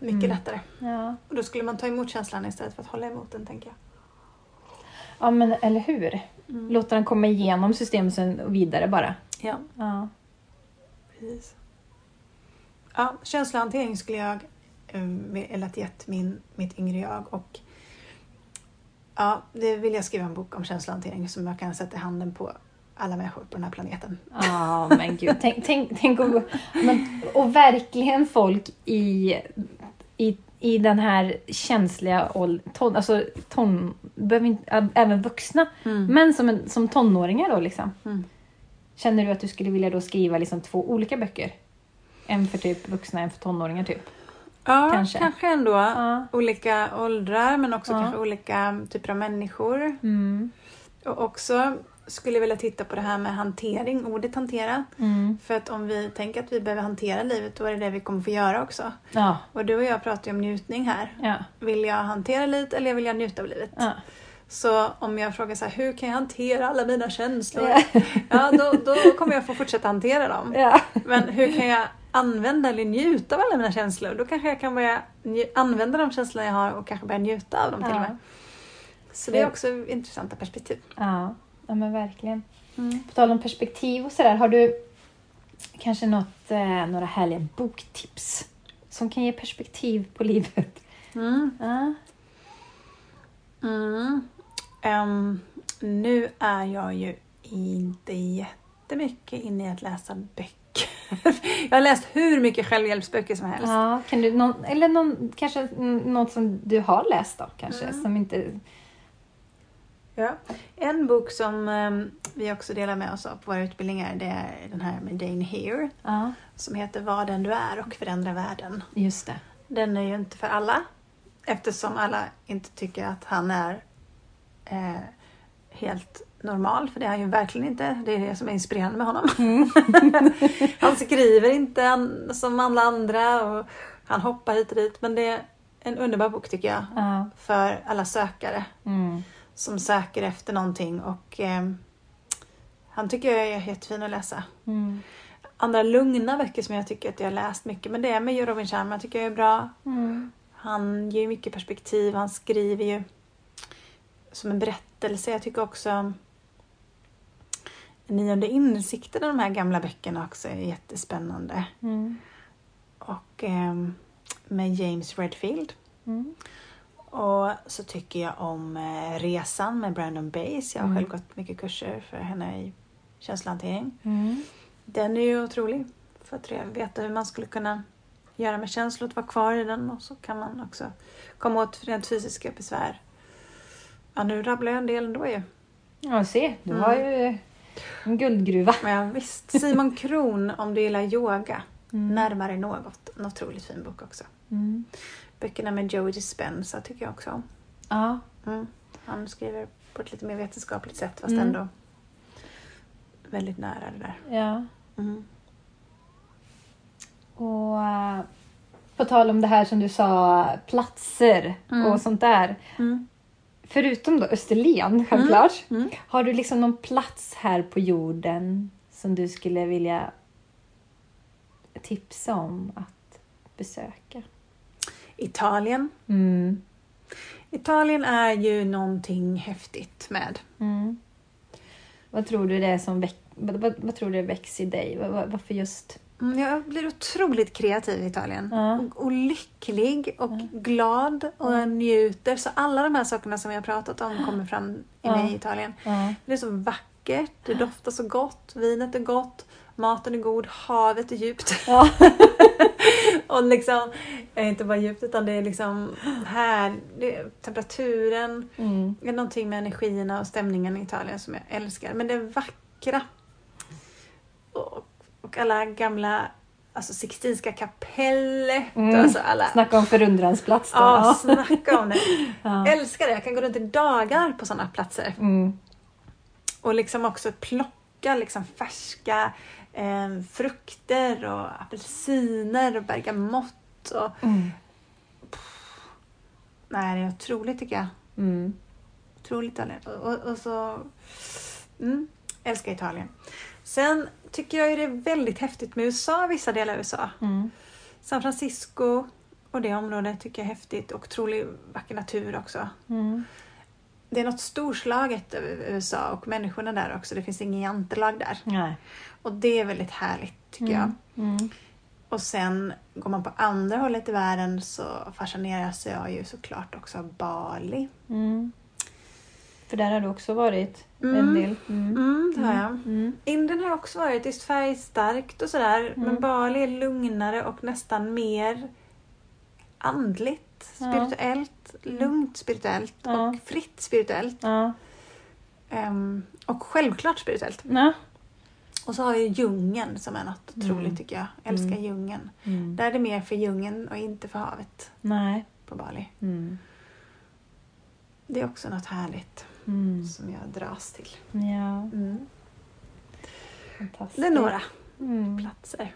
mycket Mm. lättare. Ja. Och då skulle man ta emot känslan istället för att hålla emot den, tänker jag. Ja, men eller hur? Mm. Låta den komma igenom systemet sen vidare bara. Ja, Ja. precis. Ja, känslohantering skulle jag eh, velat gett min, mitt yngre jag. Och ja, det vill jag skriva en bok om känslohantering som jag kan sätta handen på alla människor på den här planeten. Ja, men gud. Tänk, tänk, tänk och, men, och verkligen folk i, i, i den här känsliga åldern, ton, alltså ton, behöver inte, även vuxna, Mm. men som, en, som tonåringar då liksom. Mm. Känner du att du skulle vilja då skriva liksom två olika böcker? En för typ vuxna, en för tonåringar typ? Ja, Kanske. kanske, ändå. Ja. Olika åldrar, men också Ja. kanske olika typer av människor. Mm. Och också skulle jag vilja titta på det här med hantering, ordet hantera. Mm. För att om vi tänker att vi behöver hantera livet, då är det det vi kommer få göra också. Ja. Och du och jag pratar ju om njutning här. Ja. Vill jag hantera livet eller vill jag njuta av livet? Ja. Så om jag frågar så här, hur kan jag hantera alla mina känslor? Ja. Ja, då, då kommer jag få fortsätta hantera dem. Ja. Men hur kan jag använda eller njuta av alla mina känslor? Då kanske jag kan börja nj- använda de känslor jag har och kanske börja njuta av dem till och med. Så det är också intressanta perspektiv. Ja. Ja, men verkligen. Mm. På tal om perspektiv och sådär, har du kanske något, eh, några härliga boktips som kan ge perspektiv på livet? Mm. Ja. Mm. Um, nu är jag ju inte jättemycket inne i att läsa böcker. Jag har läst hur mycket självhjälpsböcker som helst. Ja, kan du, någon, eller någon, kanske mm, något som du har läst då kanske, Mm. som inte... Ja. En bok som um, vi också delar med oss av på våra utbildningar, det är den här med Dane Heer. Ja, Som heter Var den du är och förändra världen. just det. Den är ju inte för alla. Eftersom alla inte tycker att han är eh, helt normal. För det är han ju verkligen inte. Det är det som är inspirerande med honom. Mm. Han skriver inte an- som alla andra. Och han hoppar hit och dit. Men det är en underbar bok tycker jag. Ja. För alla sökare. Mm. Som söker efter någonting. Och eh, han tycker jag är jättefin att läsa. Mm. Andra lugna böcker som jag tycker att jag har läst mycket. Men det är med Robin Sharma tycker jag är bra. Mm. Han ger mycket perspektiv. Han skriver ju som en berättelse. Jag tycker också Nionde insikten av de här gamla böckerna också är jättespännande. Mm. Och eh, med James Redfield. Mm. Och så tycker jag om eh, Resan med Brandon Bays. Jag har Mm. själv gått mycket kurser för henne i känslohantering. Mm. Den är ju otrolig. För att veta hur man skulle kunna göra med känslor att vara kvar i den. Och så kan man också komma åt rent fysiska besvär. Ja, nu rabblar jag en del ändå ju. Ja, se. Du Mm. har ju en guldgruva. Men ja, visst. Simon Kron, om du gillar yoga. Mm. Närmare något. En otroligt fin bok också. Mm. Böckerna med Joe Dispenza tycker jag också om. Ja. Mm. Han skriver på ett lite mer vetenskapligt sätt. Fast Mm. ändå väldigt nära det där. Ja. Mm. Och uh, på tal om det här som du sa, platser Mm. och sånt där. Mm. Förutom då Österlen, självklart. Mm. Har du liksom någon plats här på jorden som du skulle vilja tipsa om att besöka? Italien. Mm. Italien är ju någonting häftigt med. Mm. Vad tror du det är som väck, vad, vad, vad tror du det väcks i dig? Vad, vad, varför just... Mm, Jag blir otroligt kreativ i Italien. Ja. Och, och lycklig och Ja. glad och Ja. jag njuter. Så alla de här sakerna som jag har pratat om kommer fram i Ja. mig i Italien. Ja. Det är så vackert, det doftar så gott, vinet är gott, maten är god, havet är djupt. Ja. Och liksom, eh, inte bara djupt utan det är liksom här, det är temperaturen, Mm. det är någonting med energierna och stämningen i Italien som jag älskar. Men det är vackra. Och, och alla gamla, alltså Sixtinska kapellet. Mm. Alltså alla, Snacka om förundransplats då. ja, snacka om det. Ja. Älskar det, jag kan gå runt i dagar på sådana platser. Mm. Och liksom också plocka liksom färska eh, frukter och apelsiner och bergamott. Och, Mm. nej, det är otroligt tycker jag. Mm. Otroligt Italien. Och, och, och så mm, älskar Italien. Sen tycker jag ju det är väldigt häftigt med U S A, vissa delar av U S A. Mm. San Francisco Och det området tycker jag är häftigt. Och otroligt vacker natur också. Mm. Det är något storslaget över U S A och människorna där också. Det finns ingen jantelag där. Nej. Och det är väldigt härligt tycker Mm. jag. Mm. Och sen går man på andra hållet i världen så fascineras jag ju såklart också av Bali. Mm. För där har du också varit Mm. en del. Mm. Mm, det har jag. Mm. Indien har jag också varit. Det är färgstarkt och sådär. Mm. Men Bali är lugnare och nästan mer andligt, spirituellt, Ja. lugnt spirituellt Ja. och fritt spirituellt. Ja. Um, och självklart spirituellt. Ja. Och så har vi djungeln som är något Mm. otroligt tycker jag. Jag älskar Mm. djungeln. Mm. Där är det mer för djungeln och inte för havet Nej. på Bali. Mm. Det är också något härligt Mm. som jag dras till. Ja, Mm. fantastiskt. Det är några Mm. platser.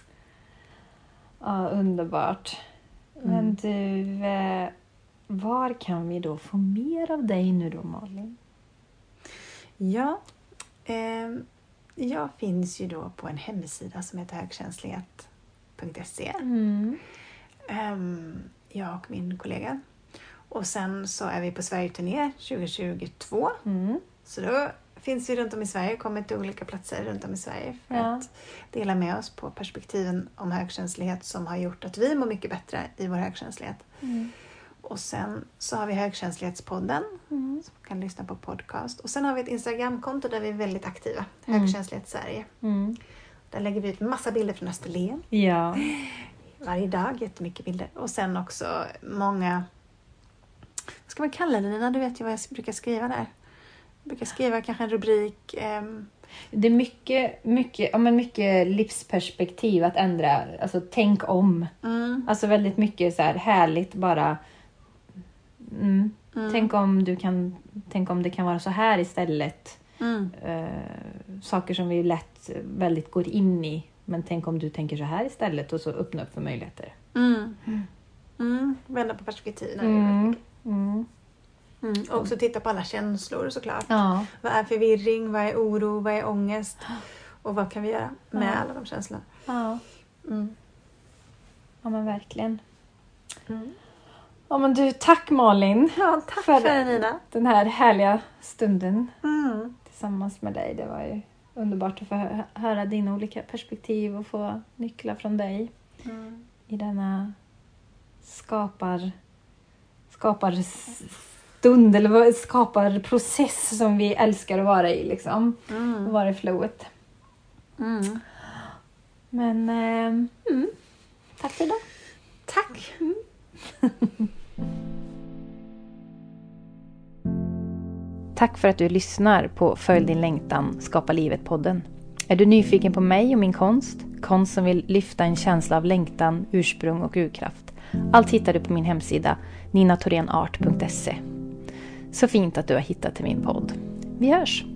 Ja, underbart. Mm. Men du, eh, var kan vi då få mer av dig nu då, Malin? Ja, ehm, jag finns ju då på en hemsida som heter högkänslighet punkt se. Mm. Ehm, jag och min kollega. Och sen så är vi på Sverige-turné tjugohundratjugotvå. Mm. Så då finns vi runt om i Sverige, kommer till olika platser runt om i Sverige för Ja. att dela med oss på perspektiven om högkänslighet som har gjort att vi mår mycket bättre i vår högkänslighet. Mm. Och sen så har vi högkänslighetspodden Mm. som man kan lyssna på podcast. Och sen har vi ett Instagramkonto där vi är väldigt aktiva. Mm. Högkänslighet Sverige. Mm. Där lägger vi ut massa bilder från Österlen. Ja. Varje dag, jättemycket bilder. Och sen också många, vad ska man kalla det Nina? Du vet ju vad jag brukar skriva där. Jag brukar skriva kanske en rubrik. Ehm, Det är mycket, mycket, ja, men mycket livsperspektiv att ändra. Alltså tänk om. mm, Alltså väldigt mycket så här härligt bara. Mm. mm, Tänk om du kan, tänk om det kan vara så här istället. mm, Eh, saker som vi lätt väldigt går in i. Men tänk om du tänker så här istället och så öppna upp för möjligheter. mm, mm. Vända på perspektiven. Mm. Mm. Mm. Och också titta på alla känslor såklart. Ja. Vad är förvirring? Vad är oro? Vad är ångest? Och vad kan vi göra med Ja. alla de känslorna? Ja. Mm. Ja, men verkligen. Mm. Ja, men du, tack Malin. Ja, tack För för det Nina. den här härliga stunden Mm. tillsammans med dig. Det var ju underbart att få hö- höra dina olika perspektiv och få nycklar från dig Mm. i denna skapar skaparstund eller vad- skaparprocess som vi älskar att vara i liksom. Mm. Och vara i flowet. Mm. Men eh, mm, tack för idag. Tack. Tack för att du lyssnar på Följ din längtan, skapa livet-podden. Är du nyfiken på mig och min konst? Konst som vill lyfta en känsla av längtan, ursprung och urkraft. Allt hittar du på min hemsida nina thorén art punkt se. Så fint att du har hittat till min podd. Vi hörs!